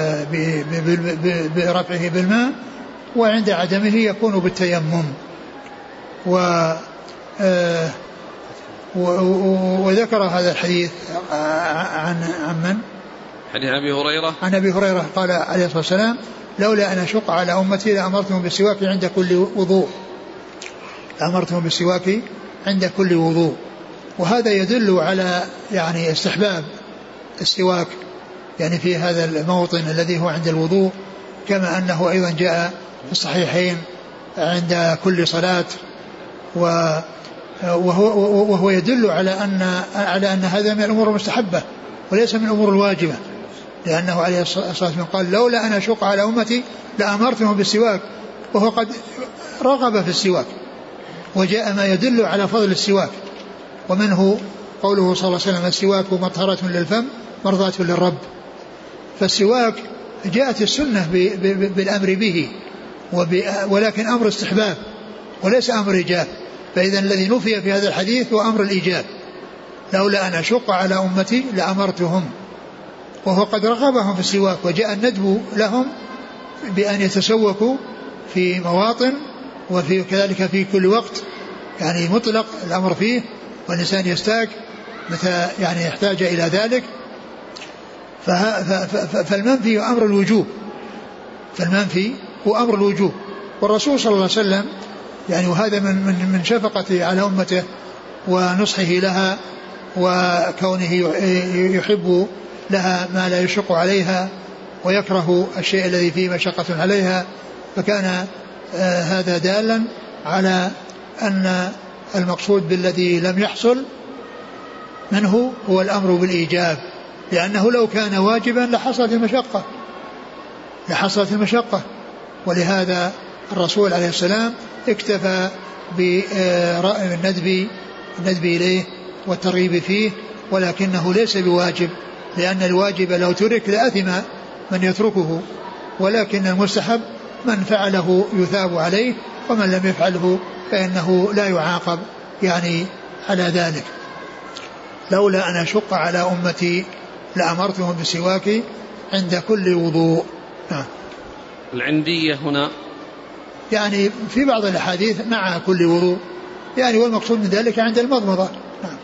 برفعه بالماء، وعند عدمه يكون بالتيمم. و وذكر هذا الحديث عن عن من؟ حديث أبي هريرة. عن أبي هريرة قال عليه الصلاة والسلام: لولا أن أشق على أمتي لأمرتهم بالسواك عند كل وضوء، لأمرتهم بالسواك عند كل وضوء. وهذا يدل على يعني استحباب السواك يعني في هذا الموطن الذي هو عند الوضوء، كما أنه أيضا جاء في الصحيحين عند كل صلاة. وهو, وهو يدل على أن, على أن هذا من الأمور المستحبة وليس من الأمور الواجبة، لأنه عليه الصلاة والسلام قال: لولا أن أشق على أمتي لأمرتهم بالسواك، وهو قد رغب في السواك، وجاء ما يدل على فضل السواك، ومنه قوله صلى الله عليه وسلم: السواك مطهرة للفم مرضاة للرب. فالسواك جاءت السنة بالأمر به، ولكن أمر استحباب وليس أمر إيجاب، فإذا الذي نفي في هذا الحديث هو أمر الإيجاب: لولا أن أشق على أمتي لأمرتهم، وهو قد رغبهم في السواك، وجاء الندب لهم بأن يتسوكوا في مواطن وفي كذلك في كل وقت، يعني مطلق الأمر فيه، والإنسان يستاك متى يعني يحتاج إلى ذلك. فالمنفي أمر الوجوب، فالمنفي هو أمر الوجوب. والرسول صلى الله عليه وسلم يعني وهذا من من من شفقته على أمته ونصحه لها، وكونه يحب لها ما لا يشق عليها ويكره الشيء الذي فيه مشقة عليها، فكان آه هذا دالا على أن المقصود بالذي لم يحصل منه هو الأمر بالإيجاب، لأنه لو كان واجبا لحصلت المشقة لحصلت المشقة ولهذا الرسول عليه السلام اكتفى برأي الندب الندب إليه والترغيب فيه، ولكنه ليس بواجب، لأن الواجب لو ترك لأثم من يتركه، ولكن المستحب من فعله يثاب عليه، ومن لم يفعله فإنه لا يعاقب يعني على ذلك. لولا أن أشق على أمتي لأمرتهم بالسواك عند كل وضوء. نعم. العندية هنا يعني في بعض الأحاديث مع كل وضوء، يعني والمقصود من ذلك عند المضمضة. نعم.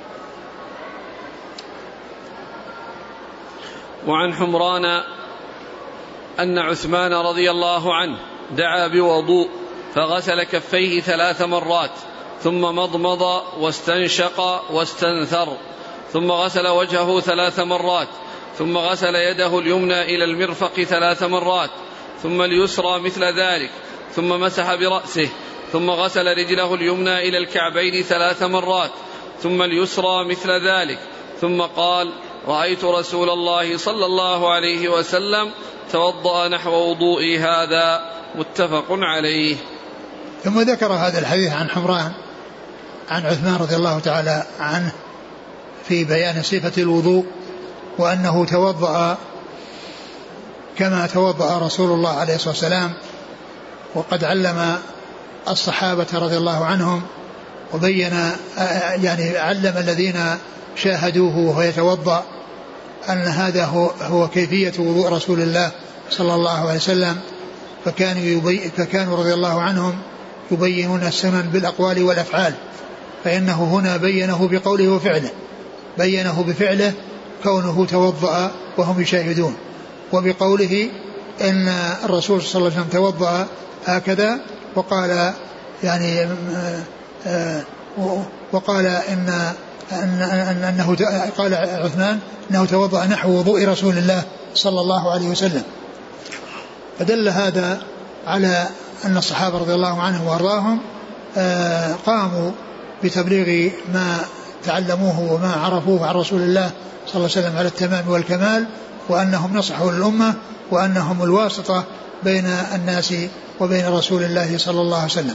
وعن حمران أن عثمان رضي الله عنه دعا بوضوء فغسل كفيه ثلاث مرات ثم مضمض واستنشق واستنثر، ثم غسل وجهه ثلاث مرات، ثم غسل يده اليمنى إلى المرفق ثلاث مرات، ثم اليسرى مثل ذلك، ثم مسح برأسه، ثم غسل رجله اليمنى إلى الكعبين ثلاث مرات، ثم اليسرى مثل ذلك، ثم قال: رأيت رسول الله صلى الله عليه وسلم توضأ نحو وضوئي هذا. متفق عليه. ثم ذكر هذا الحديث عن حمران عن عثمان رضي الله تعالى عنه في بيان صفة الوضوء، وأنه توضأ كما توضأ رسول الله عليه الصلاة والسلام، وقد علم الصحابة رضي الله عنهم وبين يعني علم الذين شاهدوه وهو يتوضأ أن هذا هو, هو كيفية وضوء رسول الله صلى الله عليه وسلم. فكانوا, يبي فكانوا رضي الله عنهم يبينون السنن بالأقوال والأفعال، فإنه هنا بينه بقوله وفعله، بينه بفعله كونه توضأ وهم يشاهدون، وبقوله إن الرسول صلى الله عليه وسلم توضأ هكذا، وقال يعني وقال إن أنه قال عثمان أنه توضأ نحو وضوء رسول الله صلى الله عليه وسلم. فدل هذا على أن الصحابة رضي الله عنهم وأرضاهم قاموا بتبليغ ما تعلموه وما عرفوه عن رسول الله صلى الله عليه وسلم على التمام والكمال، وأنهم نصحوا للأمة، وأنهم الواسطة بين الناس وبين رسول الله صلى الله عليه وسلم.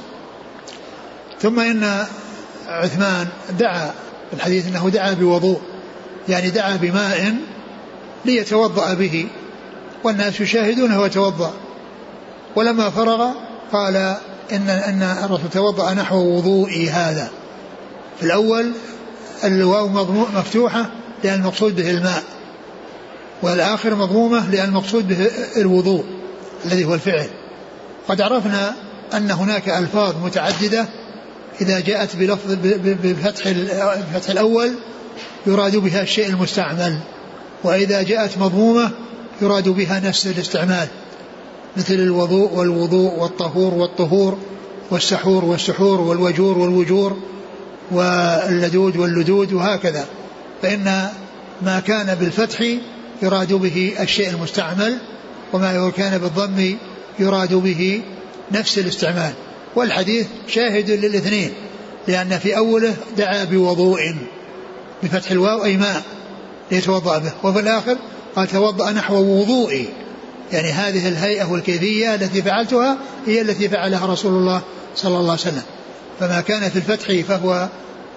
ثم إن عثمان دعا في الحديث أنه دعا بوضوء، يعني دعا بماء ليتوضأ به والناس يشاهدونه ويتوضأ، ولما فرغ قال إن, إن الرسول توضأ نحو وضوئي هذا. في الأول الواو مفتوحة لأن المقصود به الماء، والآخر مضمومة لأن المقصود به الوضوء الذي هو الفعل. قد عرفنا أن هناك ألفاظ متعددة إذا جاءت بلفظ بفتح الفتح الأول يراد بها الشيء المستعمل، وإذا جاءت مضمومة يراد بها نفس الاستعمال، مثل الوضوء والوضوء والطهور والطهور والسحور والسحور والوجور والوجور واللدود واللدود وهكذا. فإن ما كان بالفتح يراد به الشيء المستعمل، وما كان بالضم يراد به نفس الاستعمال. والحديث شاهد للاثنين، لأن في أوله دعا بوضوء بفتح الواو أي ماء ليتوضأ به، وفي الآخر قال توضأ نحو وضوئي، يعني هذه الهيئة والكيفية التي فعلتها هي التي فعلها رسول الله صلى الله عليه وسلم. فما كان في الفتح فهو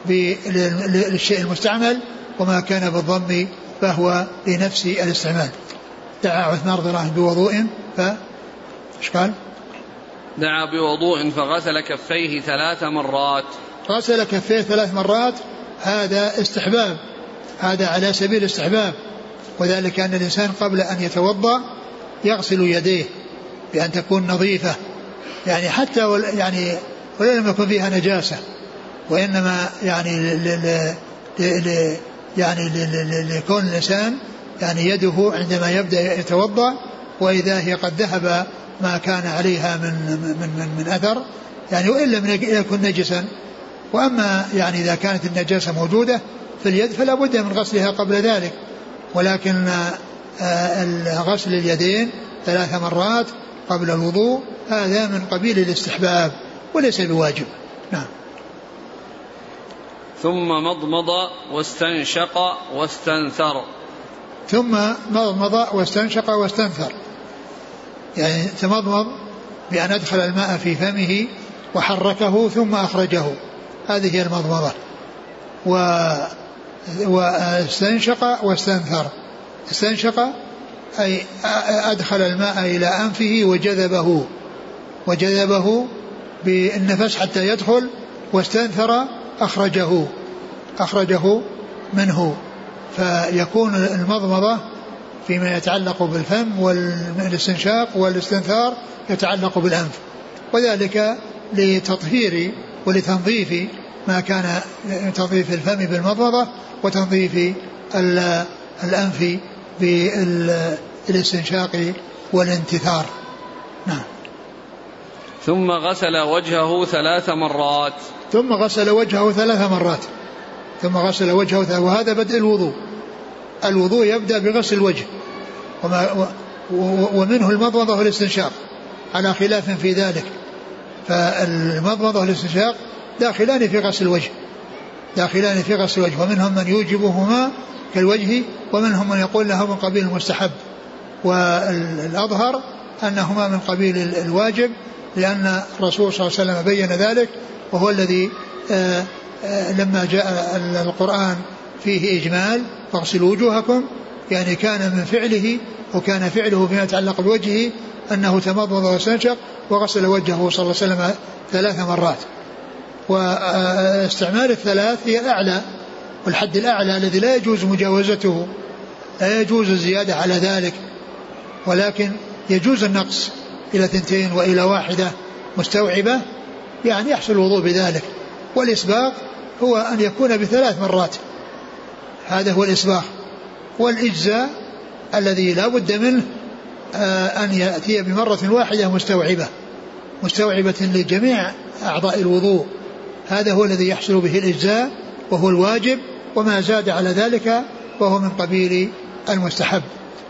للشيء المستعمل، وما كان بالضم فهو لنفس الاستعمال. دعا عثمان رضي الله عنه بوضوء ف ايش قال؟ دعا بوضوء فغسل كفيه ثلاث مرات. غسل كفيه ثلاث مرات، هذا استحباب، هذا على سبيل الاستحباب، وذلك أن الإنسان قبل أن يتوضأ يغسل يديه بأن تكون نظيفة، يعني حتى يعني ولا لم يكن فيها نجاسة، وإنما يعني ل ل ل يعني لكون الإنسان يعني يده عندما يبدأ يتوضأ وإذا هي قد ذهب ما كان عليها من من من, من أثر، يعني وإن لم يكن نجسا. وأما يعني إذا كانت النجاسة موجودة في اليد فلا بد من غسلها قبل ذلك، ولكن غسل اليدين ثلاث مرات قبل الوضوء هذا من قبيل الاستحباب وليس بواجب. نعم. ثم مضمض واستنشق واستنثر. ثم مضمض واستنشق واستنثر، يعني تمضمض بأن أدخل الماء في فمه وحركه ثم أخرجه، هذه هي المضمضة. واستنشق واستنثر، استنشق أي أدخل الماء إلى أنفه وجذبه وجذبه بالنفس حتى يدخل، واستنثر أخرجه أخرجه منه. فيكون المضمضة فيما يتعلق بالفم، والاستنشاق والاستنثار يتعلق بالأنف، وذلك لتطهير ولتنظيف ما كان تنظيف الفم بالمضمضة وتنظيف الأنف بالاستنشاق والانتثار. نعم. ثم غسل وجهه ثلاث مرات. ثم غسل وجهه ثلاث مرات ثم غسل وجهه ثلاث، وهذا بدء الوضوء. الوضوء يبدأ بغسل الوجه، وما ومنه المضمضة والاستنشاق على خلاف في ذلك، فالمضمضة والاستنشاق داخلان في غسل الوجه، داخلان في غسل الوجه، ومنهم من يوجبهما كالوجه، ومنهم من يقول له من قبيل المستحب، والأظهر أنهما من قبيل الواجب، لأن الرسول صلى الله عليه وسلم بين ذلك، وهو الذي آآ آآ لما جاء القرآن فيه إجمال فاغسلوا وجوهكم، يعني كان من فعله وكان فعله فيما يتعلق بوجهه أنه تمضمض واستنشق وغسل وجهه صلى الله عليه وسلم ثلاث مرات. واستعمال الثلاث هي أعلى والحد الأعلى الذي لا يجوز مجاوزته، لا يجوز الزيادة على ذلك، ولكن يجوز النقص إلى ثنتين وإلى واحدة مستوعبة، يعني يحصل الوضوء بذلك. والإسباغ هو أن يكون بثلاث مرات، هذا هو الإسباغ. والإجزاء الذي لا بد منه أن يأتي بمرة واحدة مستوعبة مستوعبة لجميع أعضاء الوضوء، هذا هو الذي يحصل به الإجزاء وهو الواجب، وما زاد على ذلك وهو من قبيل المستحب.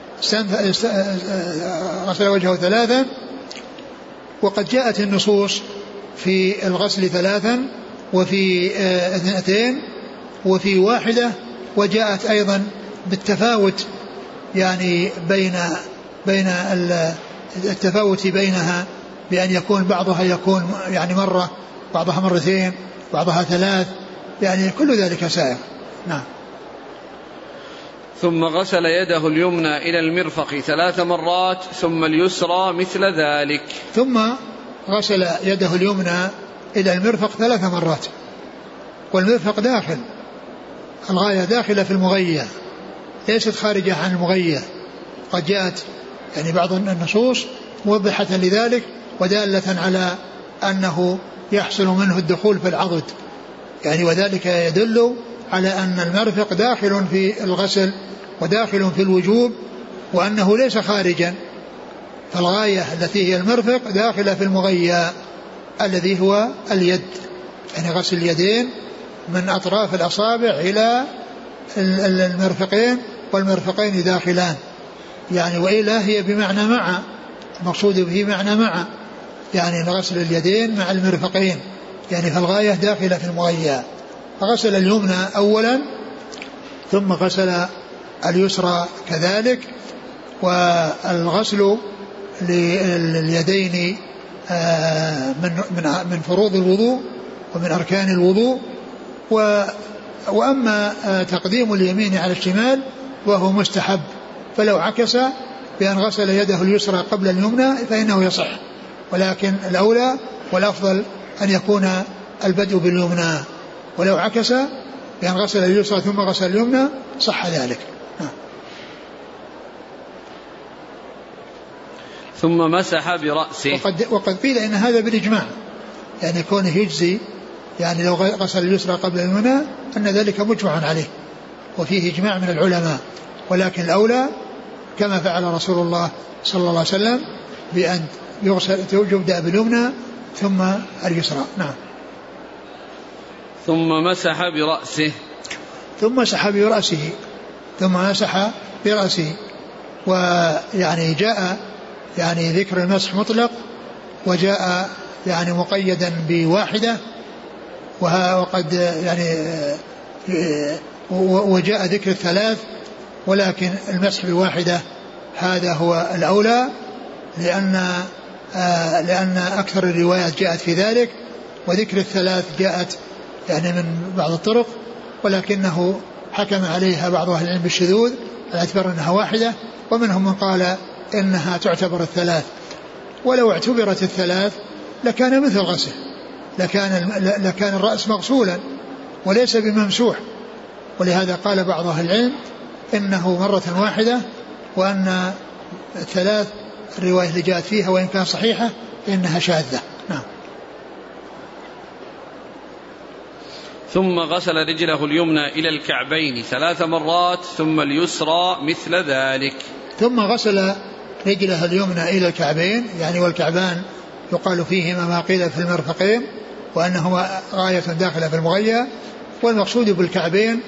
غسل وجهه ثلاثا، وقد جاءت النصوص في الغسل ثلاثا وفي اثنتين وفي واحدة، وجاءت أيضا بالتفاوت، يعني بين بين التفاوت بينها، بأن يكون بعضها يكون يعني مرة، بعضها مرتين، بعضها ثلاث، يعني كل ذلك سائر. نعم. ثم غسل يده اليمنى إلى المرفق ثلاث مرات ثم اليسرى مثل ذلك. ثم غسل يده اليمنى إلى المرفق ثلاث مرات، والمرفق داخل، الغاية داخلة في المغية ليست خارجة عن المغية. قد جاءت يعني بعض النصوص موضحة لذلك ودالة على أنه يحصل منه الدخول في العضد، يعني وذلك يدل على أن المرفق داخل في الغسل وداخل في الوجوب، وأنه ليس خارجا. فالغاية التي هي المرفق داخلة في المغيى الذي هو اليد، يعني غسل اليدين من أطراف الأصابع إلى المرفقين، والمرفقين داخلان، يعني وإلا هي بمعنى مع، المقصود به معنى مع، يعني غسل اليدين مع المرفقين، يعني فالغاية داخلة في المغيى. فغسل اليمنى أولا ثم غسل اليسرى كذلك. والغسل لليدين من من فروض الوضوء ومن أركان الوضوء. وأما تقديم اليمين على الشمال وهو مستحب، فلو عكس بأن غسل يده اليسرى قبل اليمنى فإنه يصح، ولكن الأولى والأفضل أن يكون البدء باليمنى، ولو عكس بأن غسل اليسرى ثم غسل اليمنى صح ذلك. ثم مسح برأسه. وقد, وقد قيل إن هذا بالإجماع، يعني كونه يجزي، يعني لو غسل اليسرى قبل اليمنى أن ذلك مجمع عليه وفيه إجماع من العلماء، ولكن الأولى كما فعل رسول الله صلى الله عليه وسلم بأن يغسل يبدأ باليمنى ثم اليسرى. نعم. ثم مسح برأسه. ثم مسح برأسه ثم مسح برأسه ويعني جاء يعني ذكر المسح مطلق، وجاء يعني مقيدا بواحدة، وقد يعني وجاء ذكر الثلاث، ولكن المسح بواحدة هذا هو الأولى، لأن لأن أكثر الروايات جاءت في ذلك، وذكر الثلاث جاءت يعني من بعض الطرق، ولكنه حكم عليها بعض أهل العلم بالشذوذ على اعتبار أنها واحدة، ومنهم من قال إنها تعتبر الثلاث. ولو اعتبرت الثلاث لكان مثل غسل، لكان, لكان الرأس مغسولا وليس بممسوح، ولهذا قال بعض أهل العلم إنه مرة واحدة، وأن الثلاث الرواية اللي جاءت فيها وإن كان صحيحة إنها شاذة. نعم. ثم غسل رجله اليمنى إلى الكعبين ثلاث مرات ثم اليسرى مثل ذلك. ثم غسل رجله اليمنى إلى الكعبين، يعني والكعبان يقال فيهما ما قيل في المرفقين، وأنهما غاية داخلة في المغيى. والمقصود بالكعبين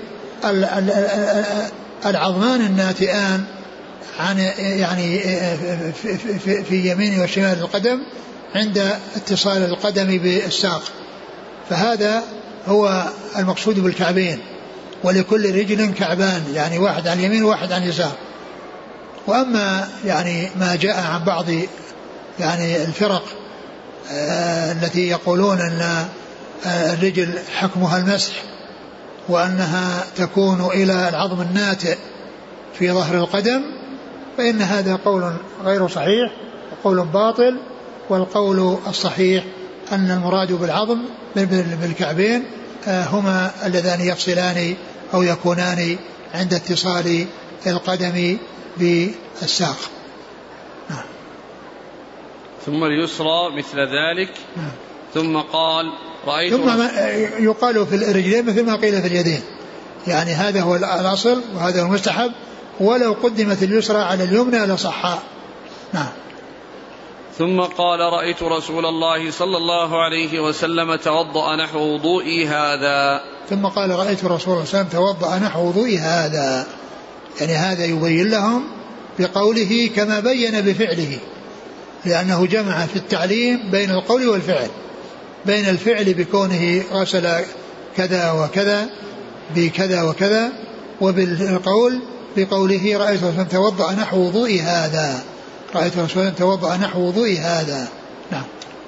العظمان الناتئان عن يعني في يمين وشمال القدم عند اتصال القدم بالساق، فهذا هو المقصود بالكعبين، ولكل رجل كعبان، يعني واحد عن اليمين وواحد عن اليسار. وأما يعني ما جاء عن بعض يعني الفرق آه التي يقولون أن آه الرجل حكمها المسح، وأنها تكون إلى العظم الناتئ في ظهر القدم، فإن هذا قول غير صحيح وقول باطل. والقول الصحيح أن المراد بالعظم بالكعبين آه هما اللذان يفصلان أو يكونان عند اتصال القدم بالساق. نعم. ثم اليسرى مثل ذلك. نعم. ثم قال رأيت ثم يقال في الرجلين مثل ما قيل في اليدين، يعني هذا هو الأصل وهذا هو المستحب، ولو قدمت اليسرى على اليمنى لصحا. نعم. ثم قال رأيت رسول الله صلى الله عليه وسلم توضأ نحو وضوئي هذا. ثم قال رأيت رسول الله صلى الله عليه وسلم توضأ نحو وضوئي هذا، يعني هذا يبين لهم بقوله كما بين بفعله، لأنه جمع في التعليم بين القول والفعل، بين الفعل بكونه غسل كذا وكذا بكذا وكذا، وبالقول بقوله رأيت رسول الله توضأ نحو وضوئي هذا، رأيت رسول الله توضأ نحو وضوئي هذا. نعم.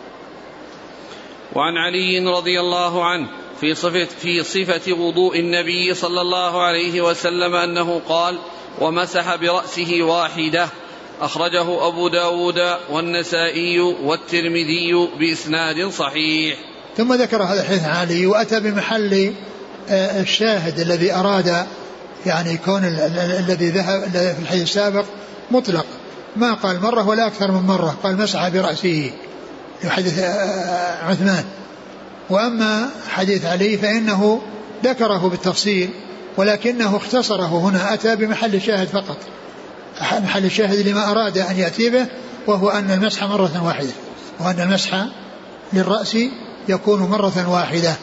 وعن علي رضي الله عنه في صفة, في صفة وضوء النبي صلى الله عليه وسلم أنه قال ومسح برأسه واحدة، أخرجه أبو داود والنسائي والترمذي بإسناد صحيح. ثم ذكر هذا الحديث عن علي وأتى بمحل الشاهد الذي أراد، يعني كون الذي ذهب في الحديث السابق مطلق، ما قال مرة ولا أكثر من مرة، قال مسح برأسه يحدث عثمان. وأما حديث علي فإنه ذكره بالتفصيل ولكنه اختصره هنا، أتى بمحل الشاهد فقط، محل الشاهد لما أراد أن يأتي به، وهو أن المسح مرة واحدة، وأن المسح للرأس يكون مرة واحدة.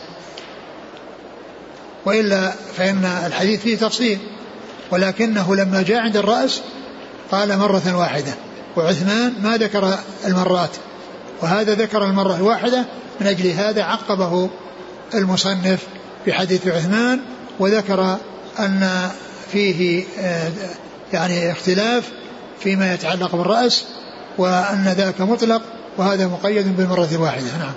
وإلا فإن الحديث فيه تفصيل، ولكنه لما جاء عند الرأس قال مرة واحدة، وعثمان ما ذكر المرات، وهذا ذكر المرة الواحدة، من أجل هذا عقبه المصنف بحديث عثمان، وذكر أن فيه يعني اختلاف فيما يتعلق بالرأس، وأن ذاك مطلق وهذا مقيد بالمرة الواحدة. نعم.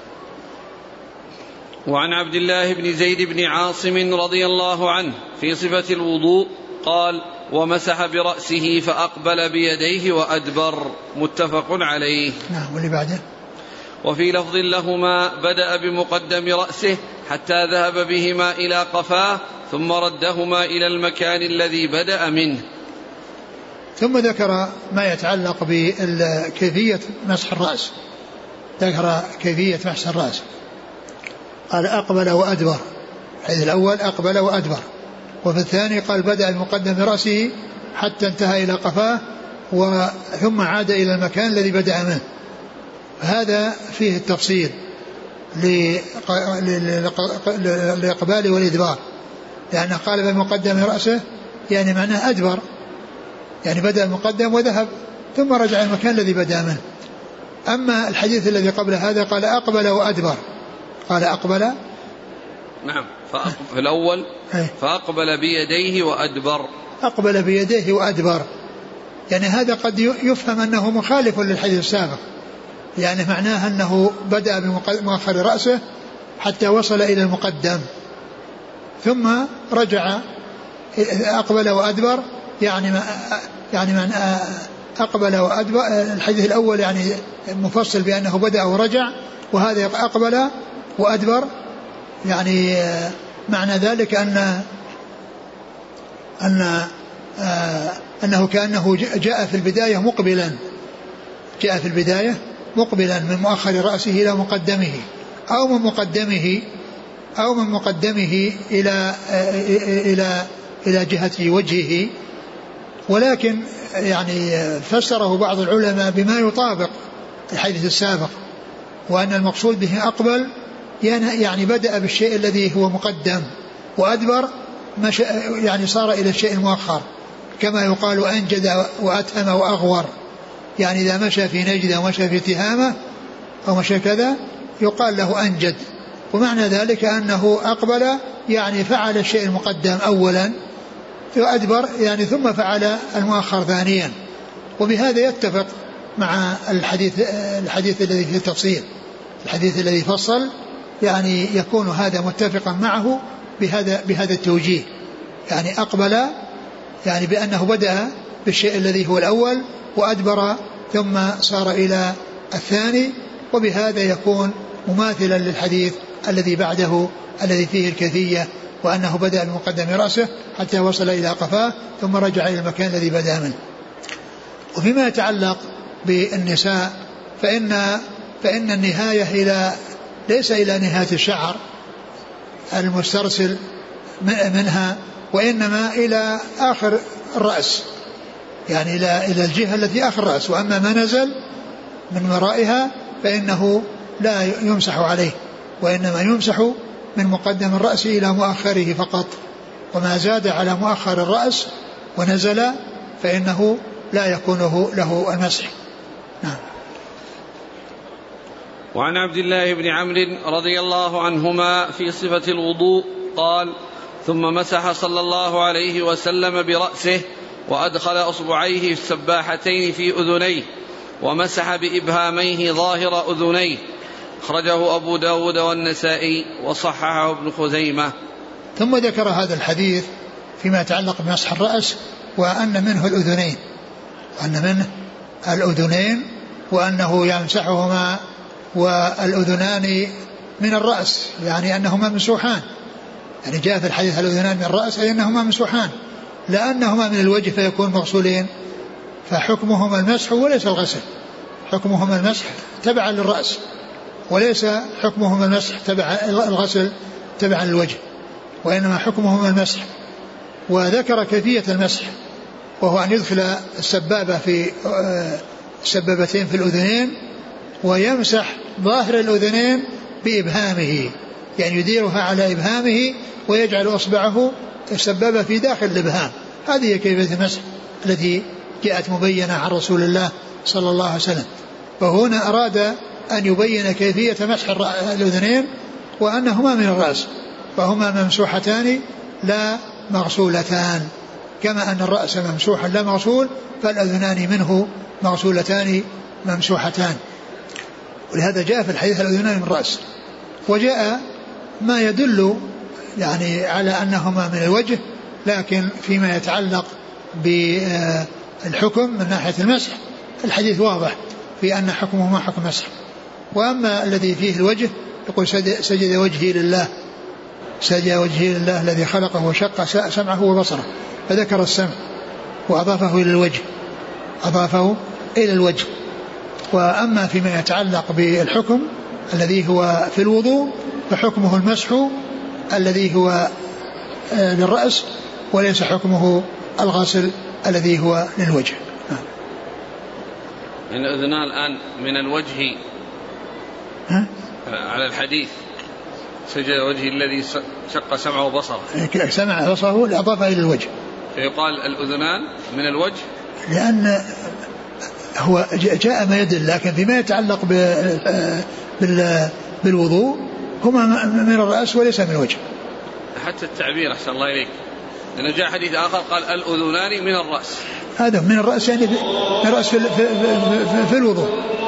وعن عبد الله بن زيد بن عاصم رضي الله عنه في صفة الوضوء قال ومسح برأسه فأقبل بيديه وأدبر، متفق عليه. نعم. واللي بعده وفي لفظ لهما بدأ بمقدم رأسه حتى ذهب بهما إلى قفاه ثم ردهما إلى المكان الذي بدأ منه. ثم ذكر ما يتعلق بكيفية مسح الرأس، ذكر كيفية مسح الرأس، قال أقبل وأدبر، الحديث الأول أقبل وأدبر، وفي الثاني قال بدأ بمقدم رأسه حتى انتهى إلى قفاه ثم عاد إلى المكان الذي بدأ منه. هذا فيه التفصيل للإقبال والإدبار، لأنه قال بمقدم رأسه يعني معناه أدبر، يعني بدأ المقدم وذهب ثم رجع المكان الذي بدأ منه. أما الحديث الذي قبل هذا قال أقبل وأدبر، قال أقبل نعم في الأول فأقبل بيديه وأدبر، أقبل بيديه وأدبر، يعني هذا قد يفهم أنه مخالف للحديث السابق، يعني معناه أنه بدأ بمؤخر رأسه حتى وصل إلى المقدم ثم رجع. أقبل وأدبر يعني ما يعني من أقبل وأدبر، الحديث الأول يعني مفصل بأنه بدأ ورجع، وهذا أقبل وأدبر، يعني معنى ذلك أن أن أنه كأنه جاء في البداية مقبلا، جاء في البداية مقبلا من مؤخر رأسه إلى مقدمه، أو من مقدمه أو من مقدمه إلى إلى إلى جهة وجهه. ولكن يعني فسره بعض العلماء بما يطابق الحديث السابق، وأن المقصود به أقبل يعني بدأ بالشيء الذي هو مقدم، وأدبر يعني صار إلى الشيء المؤخر، كما يقال أنجد وأتهم وأغور، يعني إذا مشى في نجدة ومشى في تهامة أو مشى كذا يقال له أنجد، ومعنى ذلك أنه أقبل يعني فعل الشيء المقدم أولا وأدبر يعني ثم فعل المؤخر ثانيا. وبهذا يتفق مع الحديث الحديث الذي فيه التفصيل، الحديث الذي فصل يعني يكون هذا متفقا معه بهذا بهذا التوجيه، يعني أقبل يعني بأنه بدأ بالشيء الذي هو الأول وأدبر ثم صار إلى الثاني، وبهذا يكون مماثلا للحديث الذي بعده الذي فيه الكيفية، وأنه بدأ بمقدم رأسه حتى وصل إلى قفاه ثم رجع إلى المكان الذي بدأ منه. وفيما يتعلق بالنساء فإن, فإن النهاية إلى ليس إلى نهاية الشعر المسترسل منها، وإنما إلى آخر الرأس، يعني إلى, إلى الجهة التي آخر الرأس، وأما ما نزل من ورائها فإنه لا يمسح عليه، وإنما يمسح من مقدم الرأس إلى مؤخره فقط، وما زاد على مؤخر الرأس ونزل فإنه لا يكون له المسح. نعم. وعن عبد الله بن عمرو رضي الله عنهما في صفة الوضوء قال: ثم مسح صلى الله عليه وسلم برأسه وأدخل أصبعيه السباحتين في أذنيه ومسح بإبهاميه ظاهر أذنيه. أخرجه أبو داود والنسائي وصححه ابن خزيمة. ثم ذكر هذا الحديث فيما يتعلق بمسح الرأس، وأن منه الأذنين، وأن منه الأذنين وأنه يمسحهما، والأذنان من الرأس يعني أنهما ممسوحان، يعني جاء في الحديث الأذنان من الرأس أي أنهما ممسوحان، لأنهما من الوجه فيكون مغسولين، فحكمهما المسح وليس الغسل، حكمهما المسح تبعا للرأس، وليس حكمهما المسح تبع الغسل تبعا للوجه، وإنما حكمهما المسح. وذكر كيفية المسح، وهو أن يدخل السبابة في السبابتين في الأذنين ويمسح ظاهر الأذنين بإبهامه، يعني يديرها على إبهامه ويجعل أصبعه السبابة في داخل الإبهام. هذه كيفية المسح التي جاءت مبينة عن رسول الله صلى الله عليه وسلم. فهنا أراد أن يبين كيفية مسح الأذنين وأنهما من الرأس، فهما ممسوحتان لا مغسولتان، كما أن الرأس ممسوحا لا مغسول، فالأذنان منه مغسولتان ممسوحتان. ولهذا جاء في الحديث الأذنان من الرأس. وجاء ما يدل يعني على أنهما من الوجه، لكن فيما يتعلق بالحكم من ناحية المسح الحديث واضح في أن حكمهما حكم مسح. وأما الذي فيه الوجه يقول سجد وجهي لله، سجد وجهي لله الذي خلقه وشق سمعه وبصره، فذكر السمع وأضافه إلى الوجه، أضافه إلى الوجه. وأما فيما يتعلق بالحكم الذي هو في الوضوء فحكمه المسح الذي هو للرأس، وليس حكمه الغسل الذي هو للوجه. الأذنان الآن من الوجه ها؟ على الحديث سجد وجهي الذي شق سمعه وبصره، سمع بصره لأضافه إلى الوجه، فيقال الأذنان من الوجه، لأن هو جاء ما يدل، لكن فيما يتعلق بالوضوء هما من الرأس وليس من الوجه. حتى التعبير أحسن الله إليك، لأنه جاء حديث آخر قال الأذنان من الرأس، هذا من الرأس يعني من الرأس في, في, في, في الوضوء.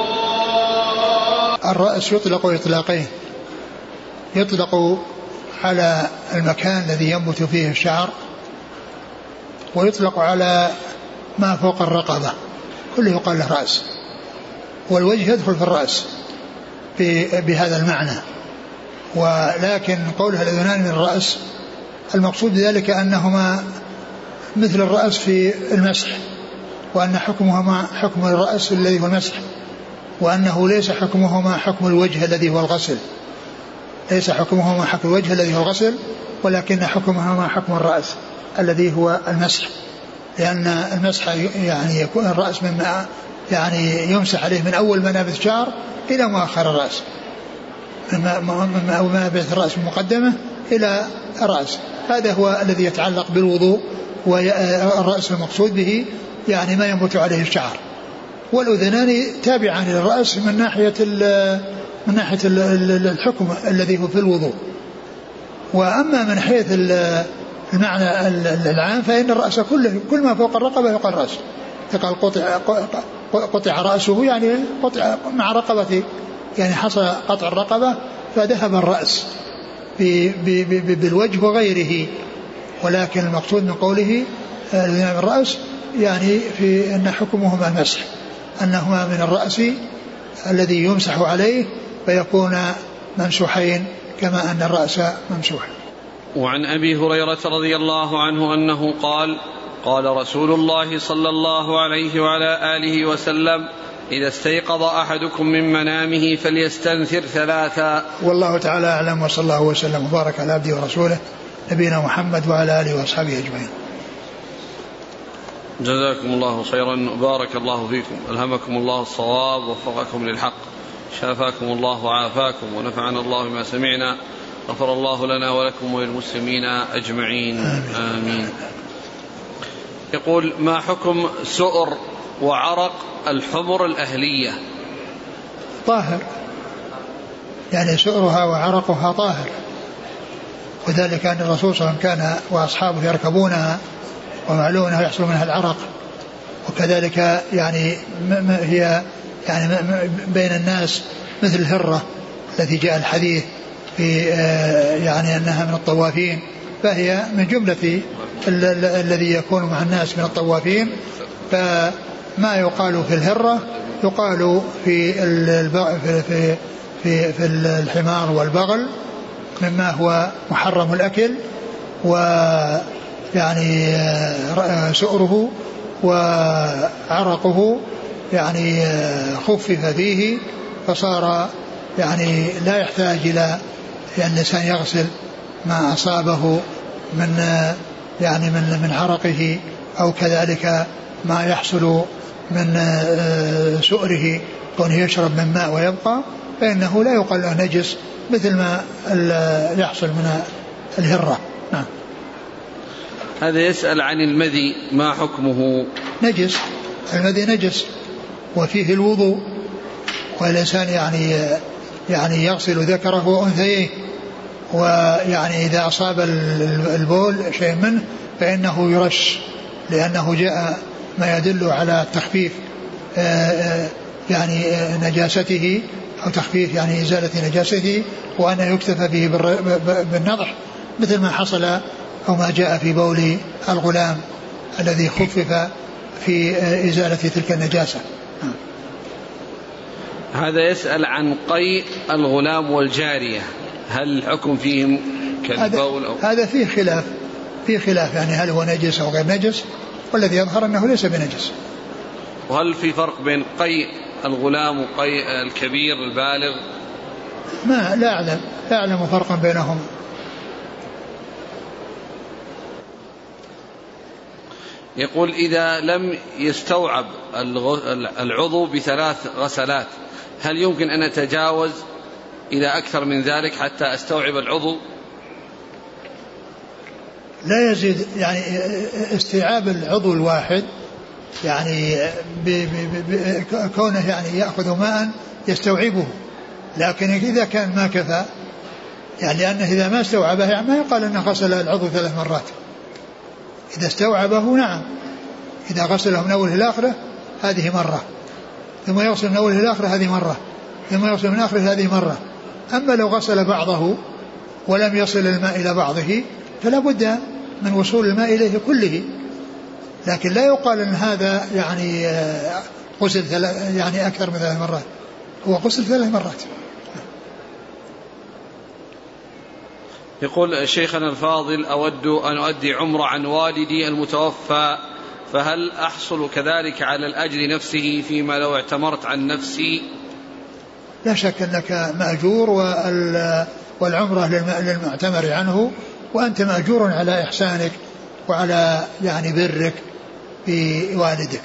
الرأس يطلق إطلاقين، يطلق على المكان الذي ينبت فيه الشعر، ويطلق على ما فوق الرقبة، كله يقال له رأس. والوجه يدخل في الرأس بهذا المعنى، ولكن قولها الأذنان من الرأس المقصود بذلك أنهما مثل الرأس في المسح، وأن حكمهما حكم الرأس الذي هو المسح، وأنه ليس حكمهما حكم الوجه الذي هو الغسل، ليس حكمهما حكم الوجه الذي هو الغسل، ولكن حكمهما حكم الرأس الذي هو المسح، لأن المسح يعني يكون الرأس مما يعني يمسح عليه من أول منابت الشعر إلى مؤخر الرأس، من أول منابت الرأس المقدمة إلى الرأس. هذا هو الذي يتعلق بالوضوء، والرأس المقصود به يعني ما ينبت عليه الشعر. والأذنان تابعان للرأس من ناحية من ناحية الحكم الذي هو في الوضوء. وأما من حيث المعنى العام فإن الرأس كله كل ما فوق الرقبة يقال رأس. يقال قطع, قطع رأسه يعني قطع مع رقبته، يعني حصل قطع الرقبة فذهب الرأس بالوجه وغيره. ولكن المقصود من قوله الرأس يعني في أن حكمهما المسح، أنهما من الرأس الذي يمسح عليه فيكون ممسوحين كما أن الرأس ممسوح. وعن أبي هريرة رضي الله عنه أنه قال قال رسول الله صلى الله عليه وعلى آله وسلم إذا استيقظ أحدكم من منامه فليستنثر ثلاثا. والله تعالى أعلم، وصلى الله وسلم وبارك على عبده ورسوله نبينا محمد وعلى آله وأصحابه أجمعين. جزاكم الله خيرا وبارك الله فيكم، ألهمكم الله الصواب ووفقكم للحق، شافاكم الله وعافاكم ونفعنا الله بما سمعنا، غفر الله لنا ولكم وللمسلمين أجمعين آمين. يقول ما حكم سؤر وعرق الحمر الأهلية؟ طاهر، يعني سؤرها وعرقها طاهر، وذلك أن الرسول صلى الله عليه وسلم كان وأصحابه يركبونها ومعلوم أنه يحصل منها العرق. وكذلك يعني هي يعني بين الناس مثل الهرة التي جاء الحديث في يعني أنها من الطوافين، فهي من جملة الذي يكون مع الناس من الطوافين. فما يقال في الهرة يقال في في في في الحمار والبغل مما هو محرم الأكل، ويعني سؤره وعرقه يعني خفف فيه فصار يعني لا يحتاج إلى أن الإنسان يغسل ما أصابه من يعني من من عرقه، أو كذلك ما يحصل من سؤره كونه يشرب من ماء ويبقى، فإنه لا يقال له نجس مثل ما يحصل من الهرة. نعم. هذا يسأل عن المذي ما حكمه؟ نجس، المذي نجس وفيه الوضوء، والإنسان يعني يعني يغسل ذكره وأنثيه، ويعني إذا أصاب البول شيء منه فإنه يرش، لأنه جاء ما يدل على تخفيف يعني نجاسته أو تخفيف يعني إزالة نجاسته، وأن يكتفى به بالنضح مثل ما حصل أو ما جاء في بول الغلام الذي خفف في إزالة تلك النجاسة. هذا يسأل عن قيء الغلام والجارية، هل الحكم فيهم كالبول أو؟ هذا فيه خلاف، فيه خلاف يعني هل هو نجس أو غير نجس، والذي يظهر أنه ليس بنجس. وهل في فرق بين قيء الغلام وقيء الكبير البالغ؟ ما لا أعلم، لا أعلم فرقا بينهم. يقول إذا لم يستوعب العضو بثلاث غسلات هل يمكن أن أتجاوز إلى أكثر من ذلك حتى أستوعب العضو؟ لا يزيد يعني استيعاب العضو الواحد يعني كونه يعني يأخذ ماء يستوعبه، لكن إذا كان ما كفى يعني لأنه إذا ما استوعبه يعني ما يقال أنه غسل العضو ثلاث مرات. إذا استوعبه نعم، إذا غسله من أوله إلى آخره هذه مرة، ثم يغسل من أوله إلى آخره هذه مرة، ثم يغسل من آخره هذه مرة. أما لو غسل بعضه ولم يصل الماء إلى بعضه فلا بد من وصول الماء إليه كله، لكن لا يقال أن هذا يعني غسل يعني أكثر من ثلاث مرات، هو غسل ثلاث مرات. يقول شيخنا الفاضل أود أن أؤدي عمرة عن والدي المتوفى، فهل أحصل كذلك على الأجر نفسه فيما لو اعتمرت عن نفسي؟ لا شك أنك مأجور، والعمرة للمعتمر عنه، وأنت مأجور على إحسانك وعلى يعني برك بوالدك.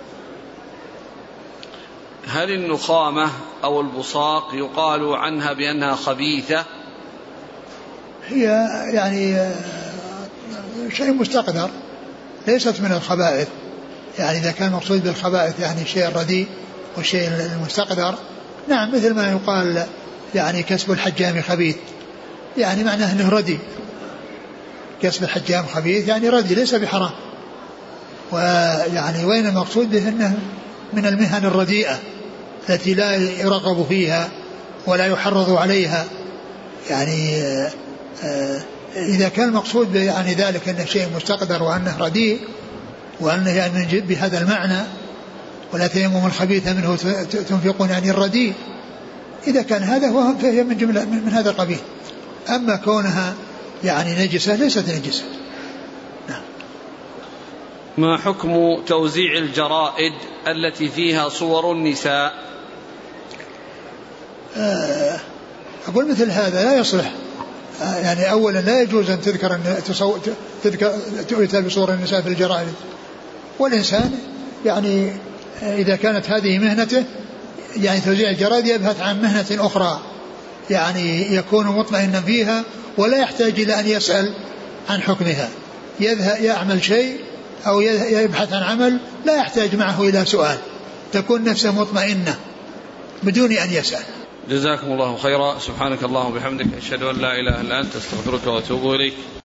هل النخامة أو البصاق يقال عنها بأنها خبيثة؟ هي يعني شيء مستقدر، ليست من الخبائث، يعني إذا كان مقصود بالخبائث يعني الشيء الرديء والشيء المستقدر، نعم، مثل ما يقال يعني كسب الحجام خبيث، يعني معناه أنه ردي. كسب الحجام خبيث يعني ردي ليس بحرام. ويعني وين المقصود به؟ أنه من المهن الرديئة التي لا يرغب فيها ولا يحرض عليها. يعني إذا كان المقصود يعني ذلك أنه شيء مستقدر وأنه رديء وأنه يعني بهذا المعنى ولا تيمموا الخبيث منه تنفقون يعني الرديء، إذا كان هذا فهي من جملة من هذا القبيل. أما كونها يعني نجسة ليست نجسة. نعم. ما حكم توزيع الجرائد التي فيها صور النساء؟ أقول مثل هذا لا يصلح. يعني أولا لا يجوز أن تذكر أن تذكر تؤتى بصور النساء في الجرائد. والإنسان يعني إذا كانت هذه مهنته يعني توزيع الجرائد يبحث عن مهنة أخرى يعني يكون مطمئنا فيها ولا يحتاج إلى أن يسأل عن حكمها. يذهب يعمل شيء أو يبحث عن عمل لا يحتاج معه إلى سؤال، تكون نفسه مطمئنة بدون أن يسأل. جزاكم الله خيرا. سبحانك اللهم وبحمدك أشهد أن لا إله إلا أنت أستغفرك وأتوب إليك.